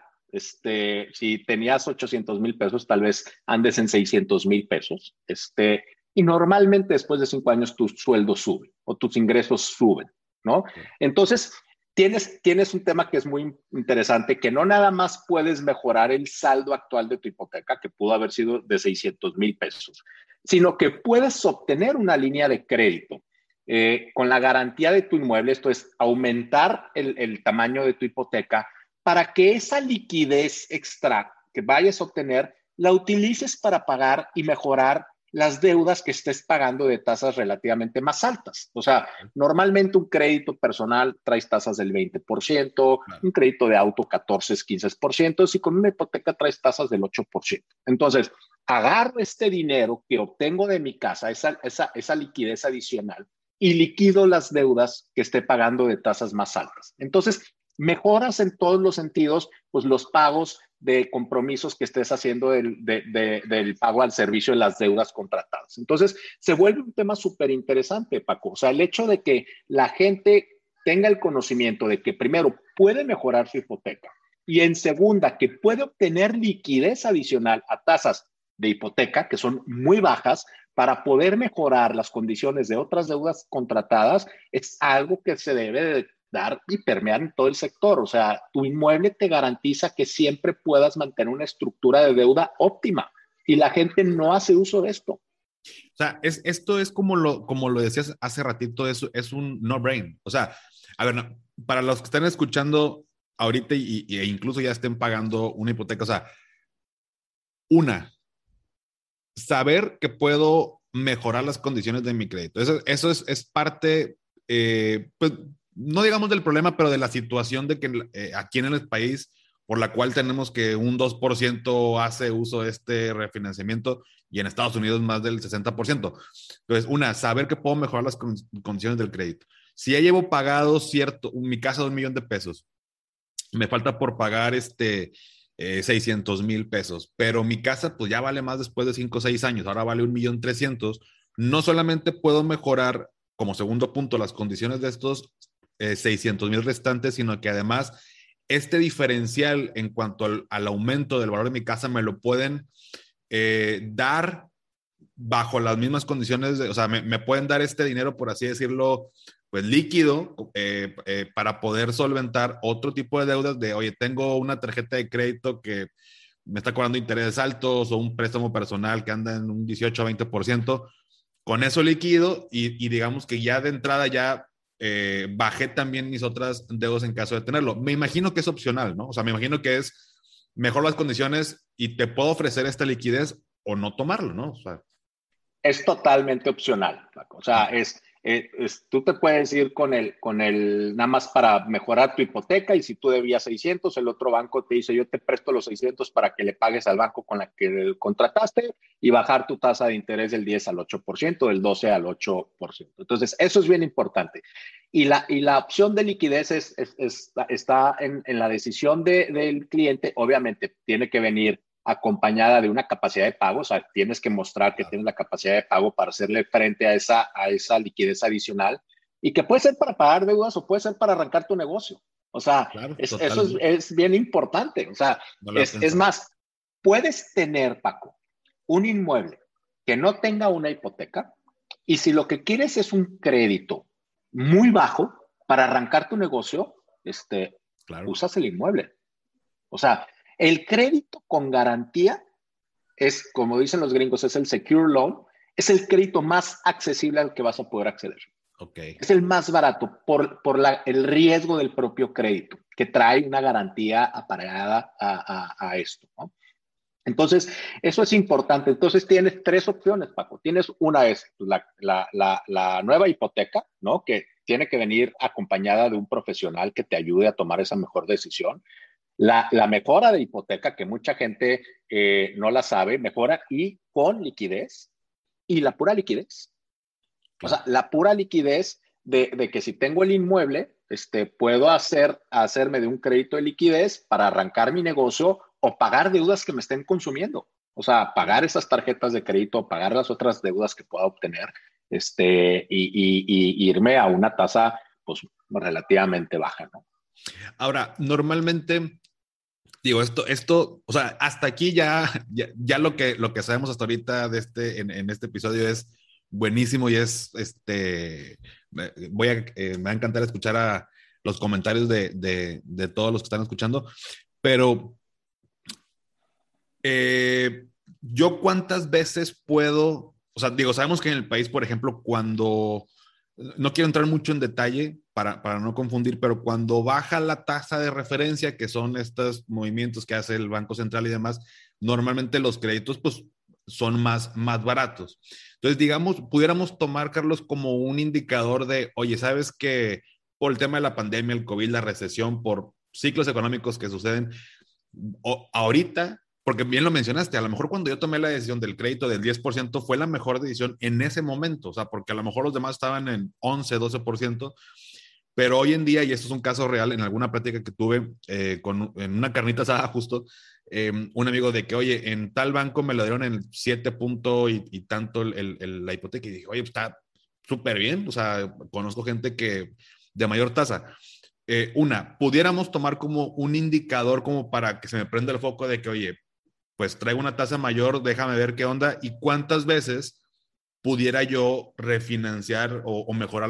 Si tenías 800,000 pesos, tal vez andes en 600,000 pesos. Y normalmente después de 5 años tu sueldo sube o tus ingresos suben, ¿no? Entonces, tienes un tema que es muy interesante, que no nada más puedes mejorar el saldo actual de tu hipoteca, que pudo haber sido de 600,000 pesos, sino que puedes obtener una línea de crédito con la garantía de tu inmueble, esto es, aumentar el tamaño de tu hipoteca para que esa liquidez extra que vayas a obtener la utilices para pagar y mejorar las deudas que estés pagando de tasas relativamente más altas. O sea, normalmente un crédito personal traes tasas del 20%, un crédito de auto 14-15%, y con una hipoteca traes tasas del 8%. Entonces, agarro este dinero que obtengo de mi casa, esa liquidez adicional, y liquido las deudas que esté pagando de tasas más altas. Entonces, mejoras en todos los sentidos, pues los pagos de compromisos que estés haciendo del pago al servicio de las deudas contratadas. Entonces, se vuelve un tema súper interesante, Paco. O sea, el hecho de que la gente tenga el conocimiento de que primero puede mejorar su hipoteca y en segunda, que puede obtener liquidez adicional a tasas de hipoteca que son muy bajas para poder mejorar las condiciones de otras deudas contratadas, es algo que se debe de dar y permear en todo el sector. O sea, tu inmueble te garantiza que siempre puedas mantener una estructura de deuda óptima y la gente no hace uso de esto. O sea, esto es como lo decías hace ratito, es un no-brain. O sea, a ver, no, para los que están escuchando ahorita e incluso ya estén pagando una hipoteca, o sea, saber que puedo mejorar las condiciones de mi crédito. Eso es parte, pues, no digamos del problema, pero de la situación de que aquí en el país, por la cual tenemos que un 2% hace uso de este refinanciamiento y en Estados Unidos más del 60%. Entonces, saber que puedo mejorar las condiciones del crédito. Si ya llevo pagado mi casa de $1,000,000, me falta por pagar 600,000 pesos, pero mi casa pues ya vale más después de 5 o 6 años, ahora vale 1,300,000. No solamente puedo mejorar como segundo punto las condiciones de estos 600,000 restantes, sino que además este diferencial en cuanto al aumento del valor de mi casa me lo pueden dar bajo las mismas condiciones, o sea, me pueden dar este dinero, por así decirlo, pues líquido, para poder solventar otro tipo de deudas de, oye, tengo una tarjeta de crédito que me está cobrando intereses altos o un préstamo personal que anda en un 18 a 20%, con eso líquido y digamos que ya de entrada ya bajé también mis otras deudas en caso de tenerlo. Me imagino que es opcional, ¿no? O sea, me imagino que es mejor las condiciones y te puedo ofrecer esta liquidez o no tomarlo, ¿no? O sea, es totalmente opcional, Paco. O sea, tú te puedes ir nada más para mejorar tu hipoteca, y si tú debías 600, el otro banco te dice, yo te presto los 600 para que le pagues al banco con la que contrataste y bajar tu tasa de interés del 10 al 8%, del 12 al 8%. Entonces, eso es bien importante. Y la opción de liquidez está en la decisión del cliente. Obviamente, tiene que venir acompañada de una capacidad de pago. O sea, tienes que mostrar que tienes la capacidad de pago para hacerle frente a esa liquidez adicional, y que puede ser para pagar deudas o puede ser para arrancar tu negocio. O sea, claro, eso es bien importante. O sea, no lo he es pensado. más, puedes tener, Paco, un inmueble que no tenga una hipoteca, y si lo que quieres es un crédito muy bajo para arrancar tu negocio, Claro. usas el inmueble. O sea, el crédito con garantía es, como dicen los gringos, es el secure loan, es el crédito más accesible al que vas a poder acceder. Okay. Es el más barato por el riesgo del propio crédito, que trae una garantía aparejada a esto, ¿no? Entonces, eso es importante. Entonces, tienes tres opciones, Paco. Tienes una, es la nueva hipoteca, ¿no? Que tiene que venir acompañada de un profesional que te ayude a tomar esa mejor decisión. La mejora de hipoteca, que mucha gente no la sabe, mejora y con liquidez, y la pura liquidez. O Claro. sea, la pura liquidez de que si tengo el inmueble, puedo hacerme de un crédito de liquidez para arrancar mi negocio o pagar deudas que me estén consumiendo. O sea, pagar esas tarjetas de crédito, pagar las otras deudas que pueda obtener, y irme a una tasa, pues, relativamente baja, ¿no? Ahora, normalmente, digo, o sea, hasta aquí ya lo que sabemos hasta ahorita en este episodio es buenísimo y me va a encantar escuchar a los comentarios de todos los que están escuchando, pero yo cuántas veces puedo, o sea, digo, sabemos que en el país, por ejemplo, no quiero entrar mucho en detalle para no confundir, pero cuando baja la tasa de referencia, que son estos movimientos que hace el Banco Central y demás, normalmente los créditos pues son más baratos. Entonces, digamos, pudiéramos tomar, Carlos, como un indicador de, oye, ¿sabes que por el tema de la pandemia, el COVID, la recesión, por ciclos económicos que suceden ahorita, porque bien lo mencionaste, a lo mejor cuando yo tomé la decisión del crédito del 10% fue la mejor decisión en ese momento, o sea, porque a lo mejor los demás estaban en 11, 12%, pero hoy en día, y esto es un caso real, en alguna plática que tuve en una carnita asada justo, un amigo de que, oye, en tal banco me lo dieron en 7 punto y tanto la hipoteca, y dije, oye, está súper bien, o sea, conozco gente que de mayor tasa. Pudiéramos tomar como un indicador como para que se me prenda el foco de que, oye, pues traigo una tasa mayor, déjame ver qué onda y cuántas veces pudiera yo refinanciar o mejorar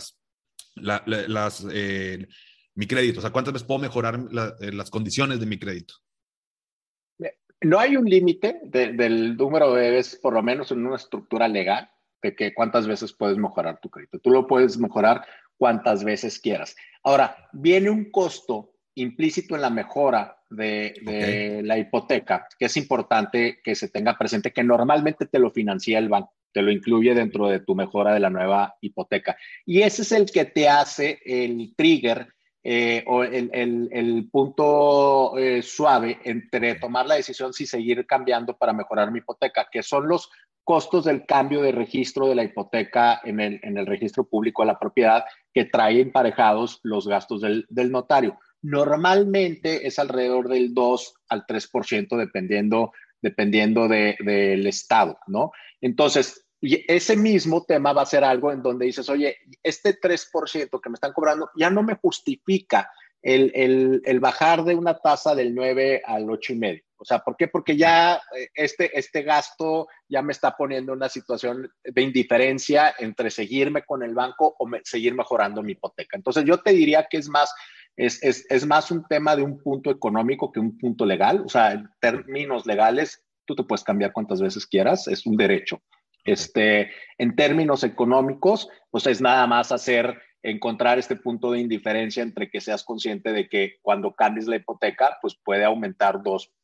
mi crédito. O sea, cuántas veces puedo mejorar las condiciones de mi crédito. No hay un límite del número de veces, por lo menos en una estructura legal, de que cuántas veces puedes mejorar tu crédito. Tú lo puedes mejorar cuantas veces quieras. Ahora, viene un costo implícito en la mejora de la hipoteca, que es importante que se tenga presente, que normalmente te lo financia el banco. te lo incluye dentro de tu mejora de la nueva hipoteca. Y ese es el que te hace el trigger o el punto suave entre tomar la decisión si seguir cambiando para mejorar mi hipoteca, que son los costos del cambio de registro de la hipoteca en el registro público de la propiedad, que trae emparejados los gastos del notario. Normalmente es alrededor del 2 al 3% dependiendo del estado, ¿no? Entonces, ese mismo tema va a ser algo en donde dices, oye, este 3% que me están cobrando ya no me justifica el bajar de una tasa del 9 al 8,5. O sea, ¿por qué? Porque ya este gasto ya me está poniendo en una situación de indiferencia entre seguirme con el banco o seguir mejorando mi hipoteca. Entonces, yo te diría que es más un tema de un punto económico que un punto legal. O sea, en términos legales, tú te puedes cambiar cuantas veces quieras, es un derecho. En términos económicos, pues es nada más encontrar este punto de indiferencia entre que seas consciente de que cuando cambies la hipoteca, pues puede aumentar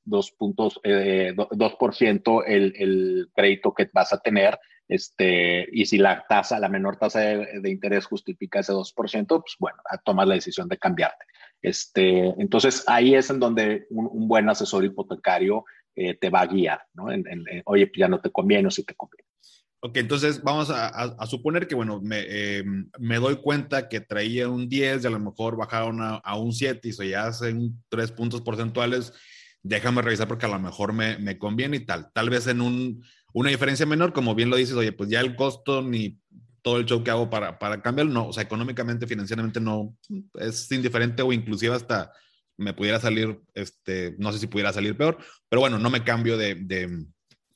2% el crédito que vas a tener. Y si la menor tasa de interés justifica ese 2%, pues bueno, tomas la decisión de cambiarte. Entonces ahí es en donde un buen asesor hipotecario te va a guiar, ¿no? Oye, pues ya no te conviene o si te conviene. Ok, entonces vamos a suponer que, bueno, me doy cuenta que traía un 10 y a lo mejor bajaron a un 7 y eso ya hacen 3 puntos porcentuales. Déjame revisar porque a lo mejor me conviene y tal. Tal vez en una diferencia menor, como bien lo dices, oye, pues ya el costo ni todo el show que hago para cambiarlo, no, o sea, económicamente, financieramente no, es indiferente o inclusive hasta me pudiera salir, no sé si pudiera salir peor, pero bueno, no me cambio de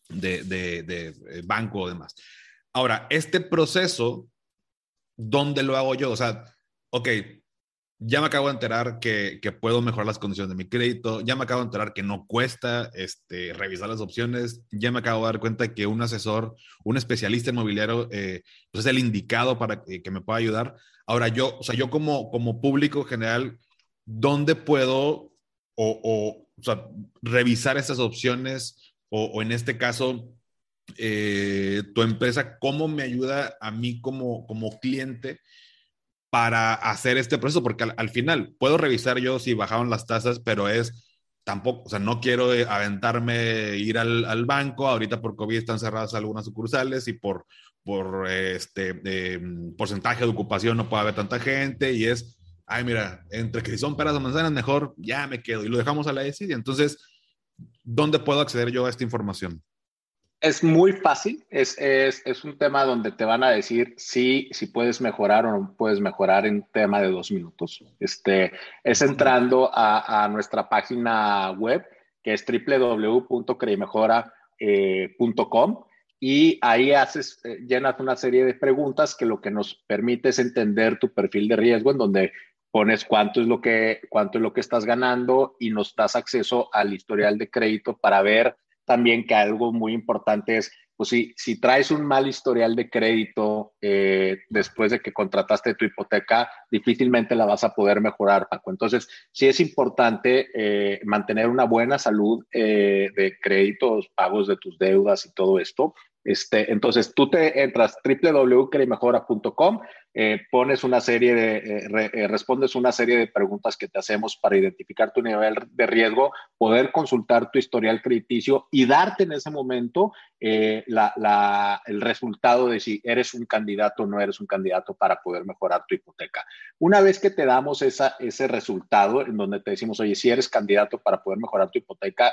banco o demás. Ahora, este proceso, ¿dónde lo hago yo? O sea, ok, ya me acabo de enterar que puedo mejorar las condiciones de mi crédito, ya me acabo de enterar que no cuesta revisar las opciones, ya me acabo de dar cuenta que un asesor, un especialista inmobiliario, pues es el indicado para que me pueda ayudar. Ahora yo, o sea, yo como público general, ¿dónde puedo o sea, revisar esas opciones o en este caso, tu empresa, cómo me ayuda a mí como cliente para hacer este proceso? Porque al final puedo revisar yo si bajaron las tasas, pero tampoco, o sea, no quiero aventarme, ir al banco. Ahorita por COVID están cerradas algunas sucursales y por porcentaje de ocupación no puede haber tanta gente y ay, mira, entre que si son peras o manzanas, mejor ya me quedo y lo dejamos a la decisión. Entonces, ¿dónde puedo acceder yo a esta información? Es muy fácil, es un tema donde te van a decir si puedes mejorar o no puedes mejorar en tema de 2 minutos. Es entrando a nuestra página web, que es www.credimejora.com, y ahí llenas una serie de preguntas que lo que nos permite es entender tu perfil de riesgo, en donde pones cuánto es lo que estás ganando y nos das acceso al historial de crédito para ver también que algo muy importante es, pues si traes un mal historial de crédito después de que contrataste tu hipoteca, difícilmente la vas a poder mejorar, Paco. Entonces, sí es importante mantener una buena salud de créditos, pagos de tus deudas y todo esto. Entonces, tú te entras www.credimejora.com, pones una serie respondes una serie de preguntas que te hacemos para identificar tu nivel de riesgo, poder consultar tu historial crediticio y darte en ese momento el resultado de si eres un candidato o no eres un candidato para poder mejorar tu hipoteca. Una vez que te damos ese resultado en donde te decimos, oye, si eres candidato para poder mejorar tu hipoteca,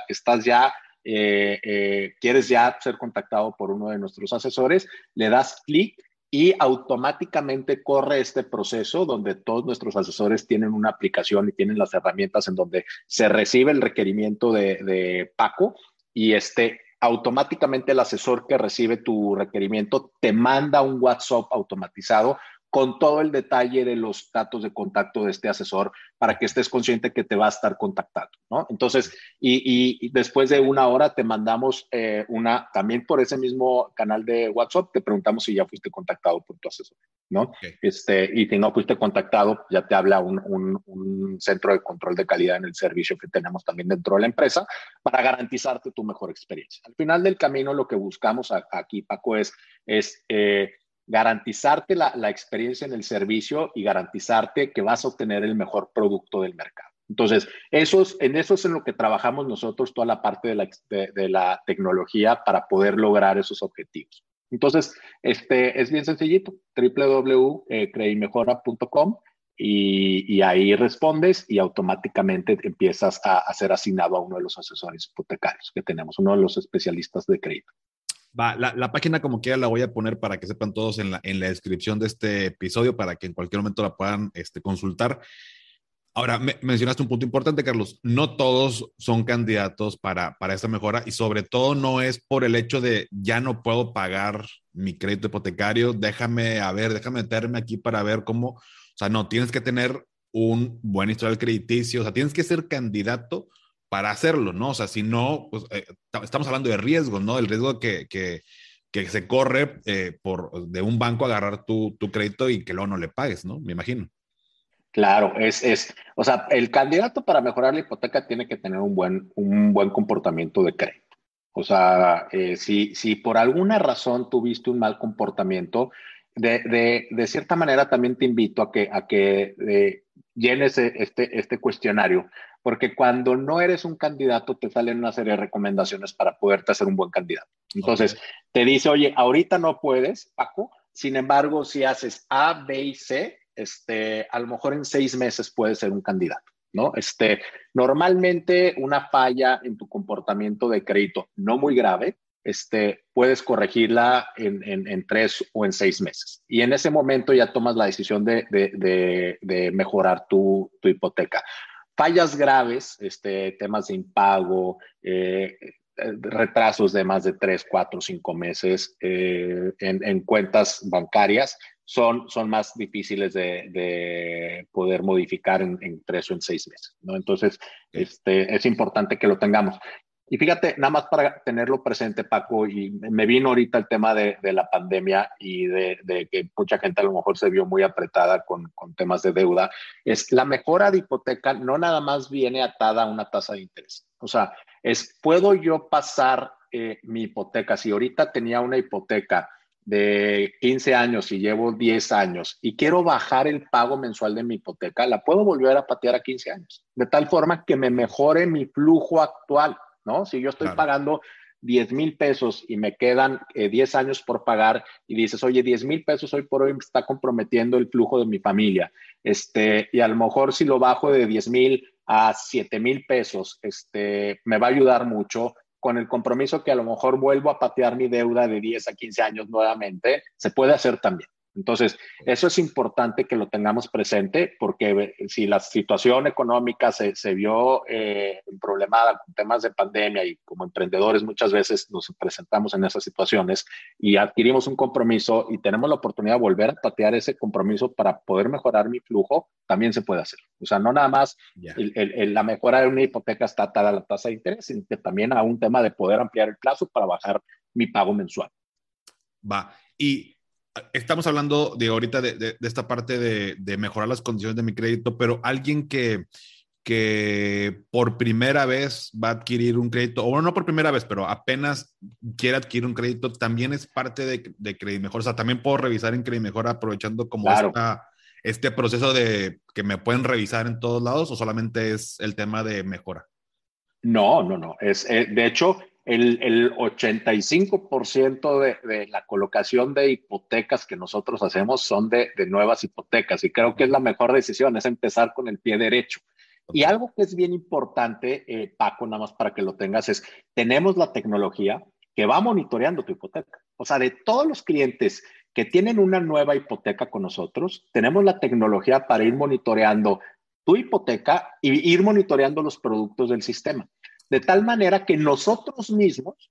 quieres ya ser contactado por uno de nuestros asesores, le das clic y automáticamente corre este proceso donde todos nuestros asesores tienen una aplicación y tienen las herramientas en donde se recibe el requerimiento de Paco y automáticamente el asesor que recibe tu requerimiento te manda un WhatsApp automatizado con todo el detalle de los datos de contacto de este asesor para que estés consciente que te va a estar contactando, ¿no? Entonces, y después de una hora te mandamos también por ese mismo canal de WhatsApp, te preguntamos si ya fuiste contactado por tu asesor, ¿no? Okay. Y si no fuiste contactado, ya te habla un centro de control de calidad en el servicio que tenemos también dentro de la empresa para garantizarte tu mejor experiencia. Al final del camino, lo que buscamos aquí, Paco, es garantizarte la experiencia en el servicio y garantizarte que vas a obtener el mejor producto del mercado. Entonces, en eso es en lo que trabajamos nosotros, toda la parte de la tecnología para poder lograr esos objetivos. Entonces, es bien sencillito, www.credimejora.com y ahí respondes y automáticamente empiezas a ser asignado a uno de los asesores hipotecarios que tenemos, uno de los especialistas de crédito. Va, la página como quiera la voy a poner para que sepan todos en la descripción de este episodio para que en cualquier momento la puedan consultar. Ahora, mencionaste un punto importante, Carlos. No todos son candidatos para esta mejora y sobre todo no es por el hecho de ya no puedo pagar mi crédito hipotecario, déjame meterme aquí para ver cómo, o sea, no, tienes que tener un buen historial crediticio, o sea, tienes que ser candidato para hacerlo, ¿no? O sea, si no, pues estamos hablando de riesgos, ¿no? El riesgo que se corre de un banco a agarrar tu crédito y que luego no le pagues, ¿no? Me imagino. Claro, o sea, el candidato para mejorar la hipoteca tiene que tener un buen comportamiento de crédito. O sea, si por alguna razón tuviste un mal comportamiento, de cierta manera también te invito a que llenes este cuestionario, porque cuando no eres un candidato te salen una serie de recomendaciones para poderte hacer un buen candidato. Entonces, te dice, oye, ahorita no puedes, Paco, sin embargo, si haces A, B y C, a lo mejor en 6 meses puedes ser un candidato, ¿no? Normalmente una falla en tu comportamiento de crédito no muy grave, puedes corregirla en 3 o en 6 meses. Y en ese momento ya tomas la decisión de mejorar tu hipoteca. Fallas graves, temas de impago, retrasos de más de 3, 4, 5 meses en cuentas bancarias son más difíciles de poder modificar en 3 o en 6 meses, ¿no? Entonces, es importante que lo tengamos. Y fíjate, nada más para tenerlo presente, Paco, y me vino ahorita el tema de la pandemia y de que mucha gente a lo mejor se vio muy apretada con temas de deuda, es la mejora de hipoteca no nada más viene atada a una tasa de interés. O sea, ¿puedo yo pasar mi hipoteca? Si ahorita tenía una hipoteca de 15 años y llevo 10 años y quiero bajar el pago mensual de mi hipoteca, la puedo volver a patear a 15 años, de tal forma que me mejore mi flujo actual, ¿no? Si yo estoy pagando 10,000 pesos y me quedan 10 años por pagar y dices, oye, 10,000 pesos hoy por hoy me está comprometiendo el flujo de mi familia, y a lo mejor si lo bajo de 10,000 a 7,000 pesos, me va a ayudar mucho con el compromiso que a lo mejor vuelvo a patear mi deuda de 10 a 15 años nuevamente, se puede hacer también. Entonces, eso es importante que lo tengamos presente porque si la situación económica se vio problemada con temas de pandemia y como emprendedores muchas veces nos presentamos en esas situaciones y adquirimos un compromiso y tenemos la oportunidad de volver a patear ese compromiso para poder mejorar mi flujo, también se puede hacer. O sea, no nada más la mejora de una hipoteca está atada a la tasa de interés, sino que también a un tema de poder ampliar el plazo para bajar mi pago mensual. Va, y estamos hablando de ahorita de esta parte de mejorar las condiciones de mi crédito, pero alguien que por primera vez va a adquirir un crédito, o bueno, no por primera vez, pero apenas quiere adquirir un crédito, también es parte de Credit Mejor. O sea, también puedo revisar en Credit Mejor aprovechando como este proceso de que me pueden revisar en todos lados, o solamente es el tema de mejora. No. De hecho, el 85% de la colocación de hipotecas que nosotros hacemos son de nuevas hipotecas y creo que es la mejor decisión, es empezar con el pie derecho. Y algo que es bien importante, Paco, nada más para que lo tengas, es tenemos la tecnología que va monitoreando tu hipoteca. O sea, de todos los clientes que tienen una nueva hipoteca con nosotros, tenemos la tecnología para ir monitoreando tu hipoteca y ir monitoreando los productos del sistema. De tal manera que nosotros mismos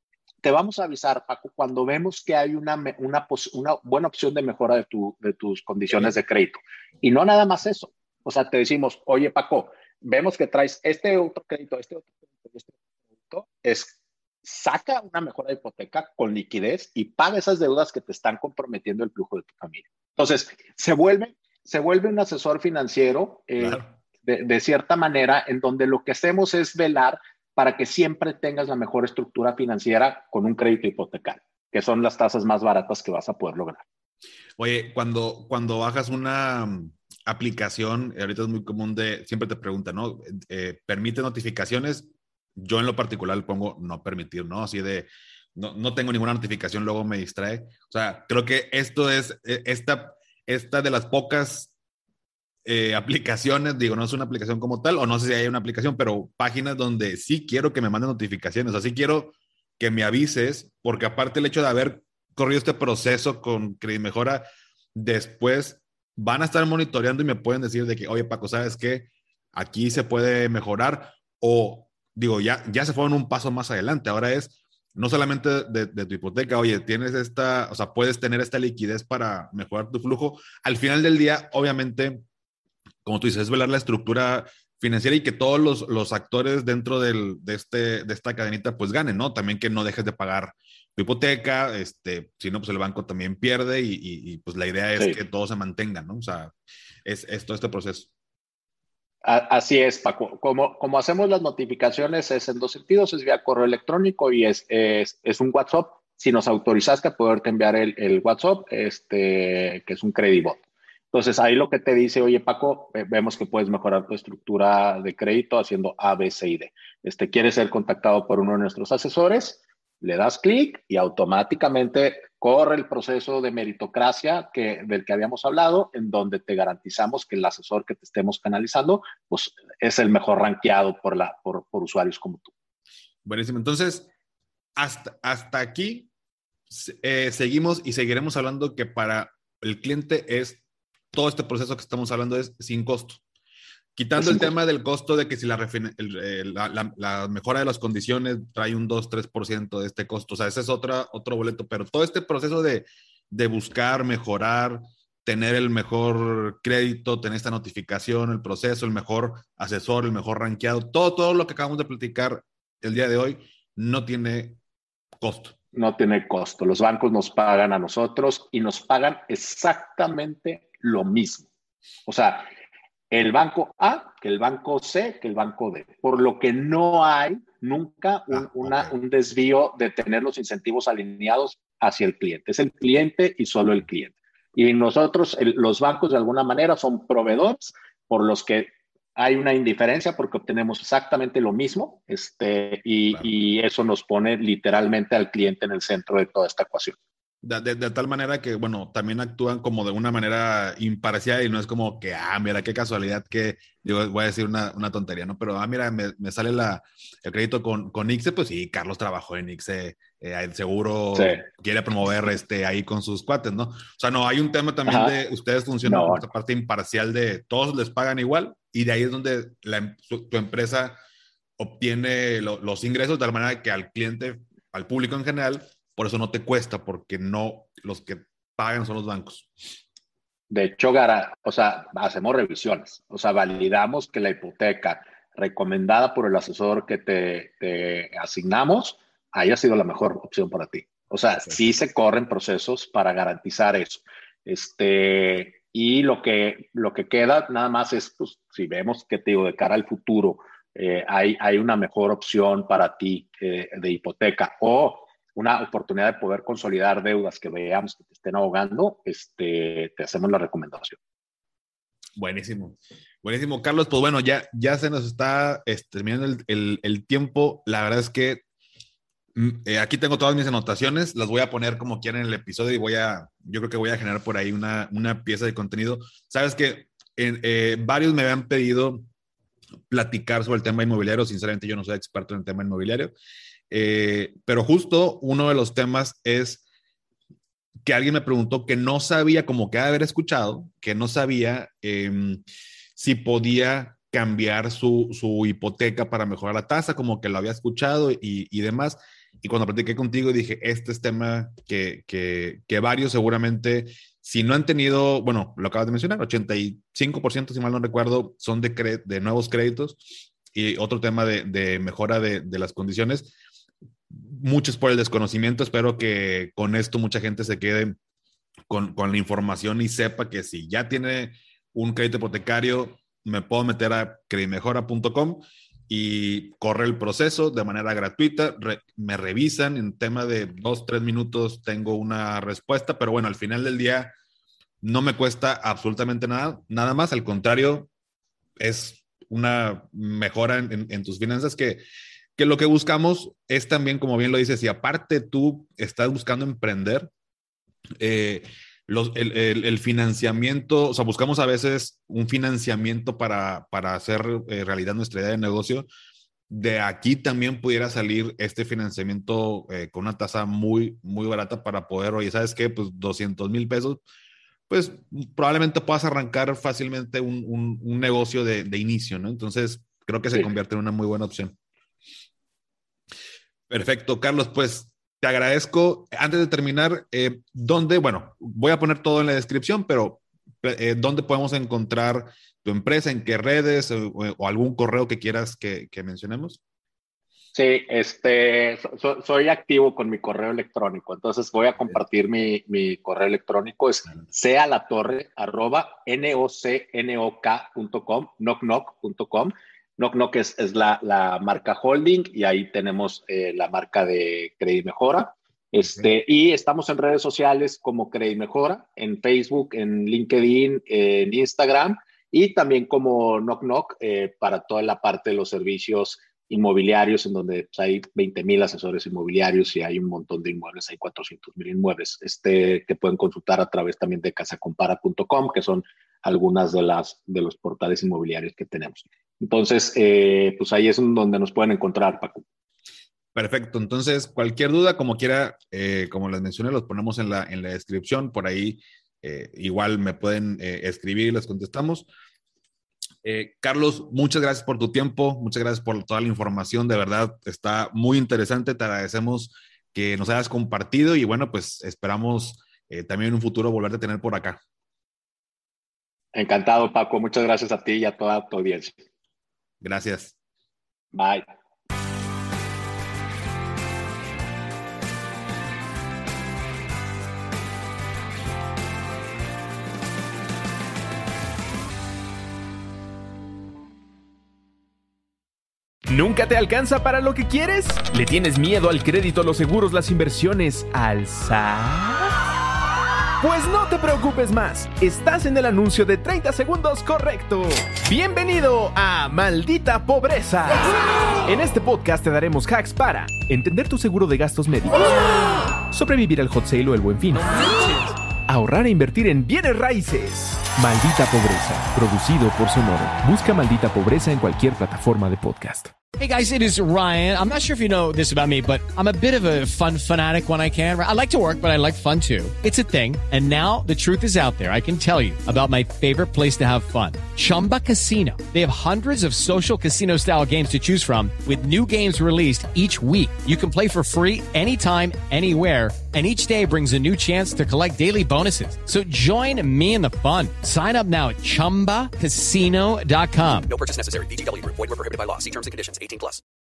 te vamos a avisar, Paco, cuando vemos que hay una buena opción de mejora de tus condiciones de crédito. Y no nada más eso. O sea, te decimos, oye, Paco, vemos que traes este otro crédito, este otro crédito, este otro crédito, saca una mejora de hipoteca con liquidez y paga esas deudas que te están comprometiendo el flujo de tu familia. Entonces, se vuelve un asesor financiero Claro. de cierta manera, en donde lo que hacemos es velar para que siempre tengas la mejor estructura financiera con un crédito hipotecario, que son las tasas más baratas que vas a poder lograr. Oye, cuando bajas una aplicación, ahorita es muy común siempre te preguntan, ¿no? ¿Permite notificaciones? Yo en lo particular le pongo no permitir, ¿no? Así de, no tengo ninguna notificación, luego me distrae. O sea, creo que esto es, esta de las pocas aplicaciones, digo, no es una aplicación como tal, o no sé si hay una aplicación, pero páginas donde sí quiero que me manden notificaciones, así quiero que me avises, porque aparte el hecho de haber corrido este proceso con Credit Mejora, después van a estar monitoreando y me pueden decir de que, oye, Paco, ¿sabes qué? Aquí se puede mejorar, o digo, ya se fueron un paso más adelante, ahora es no solamente de tu hipoteca, oye, tienes o sea, puedes tener esta liquidez para mejorar tu flujo. Al final del día, obviamente, como tú dices, es velar la estructura financiera y que todos los actores dentro de esta cadenita pues ganen, ¿no? También que no dejes de pagar tu hipoteca, si no, pues el banco también pierde pues la idea es Sí. que todo se mantenga, ¿no? O sea, es todo este proceso. Así es, Paco. Como hacemos las notificaciones es en dos sentidos, es vía correo electrónico y es un WhatsApp. Si nos autorizaste a poderte enviar el WhatsApp, que es un Credibot. Entonces ahí lo que te dice, oye, Paco, vemos que puedes mejorar tu estructura de crédito haciendo A, B, C y D. ¿Quieres ser contactado por uno de nuestros asesores? Le das clic y automáticamente corre el proceso de meritocracia del que habíamos hablado, en donde te garantizamos que el asesor que te estemos canalizando pues, es el mejor rankeado por usuarios como tú. Buenísimo. Entonces, hasta aquí seguimos y seguiremos hablando que para el cliente todo este proceso que estamos hablando es sin costo. Quitando el tema del costo de que si la mejora de las condiciones trae un 2-3% de este costo, o sea, ese es otro boleto, pero todo este proceso de buscar, mejorar, tener el mejor crédito, tener esta notificación, el proceso, el mejor asesor, el mejor rankeado, todo lo que acabamos de platicar el día de hoy no tiene costo. No tiene costo. Los bancos nos pagan a nosotros y nos pagan exactamente lo mismo. O sea, el banco A, que el banco C, que el banco D. Por lo que no hay nunca un desvío de tener los incentivos alineados hacia el cliente. Es el cliente y solo el cliente. Y nosotros, los bancos de alguna manera son proveedores por los que hay una indiferencia porque obtenemos exactamente lo mismo claro. Y eso nos pone literalmente al cliente en el centro de toda esta ecuación. De tal manera que, bueno, también actúan como de una manera imparcial y no es como que, mira, qué casualidad que, digo, voy a decir una tontería, ¿no? Pero, mira, me sale el crédito con ICSE, pues sí, Carlos trabajó en ICSE, el seguro sí. Quiere promover ahí con sus cuates, ¿no? O sea, no, hay un tema también de ustedes funcionan con esta parte imparcial de todos les pagan igual y de ahí es donde tu empresa obtiene los ingresos de tal manera que al cliente, al público en general, por eso no te cuesta, porque no, los que pagan son los bancos. De hecho, hacemos revisiones, o sea, validamos que la hipoteca recomendada por el asesor que te asignamos haya sido la mejor opción para ti. O sea, sí se corren procesos para garantizar eso. Y lo que queda nada más es, pues, si vemos que te digo, de cara al futuro, hay una mejor opción para ti de hipoteca o una oportunidad de poder consolidar deudas que veamos que te estén ahogando, te hacemos la recomendación. Buenísimo. Buenísimo, Carlos. Pues bueno, ya se nos está terminando el tiempo. La verdad es que aquí tengo todas mis anotaciones. Las voy a poner como quieran en el episodio y yo creo que voy a generar por ahí una pieza de contenido. Sabes que varios me habían pedido platicar sobre el tema inmobiliario. Sinceramente, yo no soy experto en el tema inmobiliario. Pero justo uno de los temas es que alguien me preguntó que no sabía, como que haber escuchado, que no sabía si podía cambiar su hipoteca para mejorar la tasa, como que lo había escuchado y demás. Y cuando platiqué contigo dije, este es tema que varios seguramente, si no han tenido, bueno, lo acabas de mencionar, 85%, si mal no recuerdo, son de nuevos créditos, y otro tema de mejora de las condiciones. Muchos por el desconocimiento. Espero que con esto mucha gente se quede con la información y sepa que si ya tiene un crédito hipotecario, me puedo meter a creditmejora.com y corre el proceso de manera gratuita. Me revisan en tema de 2-3 minutos, tengo una respuesta, pero bueno, al final del día no me cuesta absolutamente nada más. Al contrario, es una mejora en tus finanzas que lo que buscamos es también, como bien lo dices, si aparte tú estás buscando emprender, el financiamiento, o sea, buscamos a veces un financiamiento para hacer realidad nuestra idea de negocio. De aquí también pudiera salir este financiamiento con una tasa muy, muy barata para poder, oye, ¿sabes qué? Pues 200,000 pesos, pues probablemente puedas arrancar fácilmente un negocio de inicio, ¿no? Entonces, creo que se convierte en una muy buena opción. Perfecto, Carlos, pues te agradezco. Antes de terminar, ¿dónde? Bueno, voy a poner todo en la descripción, pero ¿dónde podemos encontrar tu empresa? ¿En qué redes o algún correo que quieras que mencionemos? Sí, soy activo con mi correo electrónico, entonces voy a compartir mi correo electrónico, es calatorre@nocnok.com, knock.com. Knock Knock es la marca holding, y ahí tenemos la marca de Credit Mejora. Y estamos en redes sociales como Credit Mejora, en Facebook, en LinkedIn, en Instagram, y también como Knock Knock para toda la parte de los servicios inmobiliarios, en donde pues, hay 20,000 asesores inmobiliarios y hay un montón de inmuebles, hay 400,000 inmuebles que pueden consultar a través también de casacompara.com, que son algunas de los portales inmobiliarios que tenemos. Entonces, pues ahí es donde nos pueden encontrar, Paco. Perfecto. Entonces, cualquier duda, como quiera, como les mencioné, los ponemos en la descripción. Por ahí igual me pueden escribir y les contestamos. Carlos, muchas gracias por tu tiempo, muchas gracias por toda la información. De verdad, está muy interesante. Te agradecemos que nos hayas compartido y bueno, pues esperamos también en un futuro volverte a tener por acá. Encantado, Paco. Muchas gracias a ti y a toda tu audiencia. Gracias. Bye. ¿Nunca te alcanza para lo que quieres? ¿Le tienes miedo al crédito, los seguros, las inversiones, al SAT? Pues no te preocupes más, estás en el anuncio de 30 segundos correcto. Bienvenido a Maldita Pobreza. En este podcast te daremos hacks para entender tu seguro de gastos médicos, sobrevivir al hot sale o el Buen Fin, ahorrar e invertir en bienes raíces. Maldita Pobreza, producido por Sonoro. Busca Maldita Pobreza en cualquier plataforma de podcast. Hey guys, it is Ryan. I'm not sure if you know this about me, but I'm a bit of a fun fanatic when I can. I like to work, but I like fun too. It's a thing. And now the truth is out there. I can tell you about my favorite place to have fun. Chumba Casino. They have hundreds of social casino style games to choose from with new games released each week. You can play for free anytime, anywhere. And each day brings a new chance to collect daily bonuses. So join me in the fun. Sign up now at ChumbaCasino.com. No purchase necessary. VGW Group. Void where prohibited by law. See terms and conditions. 18+.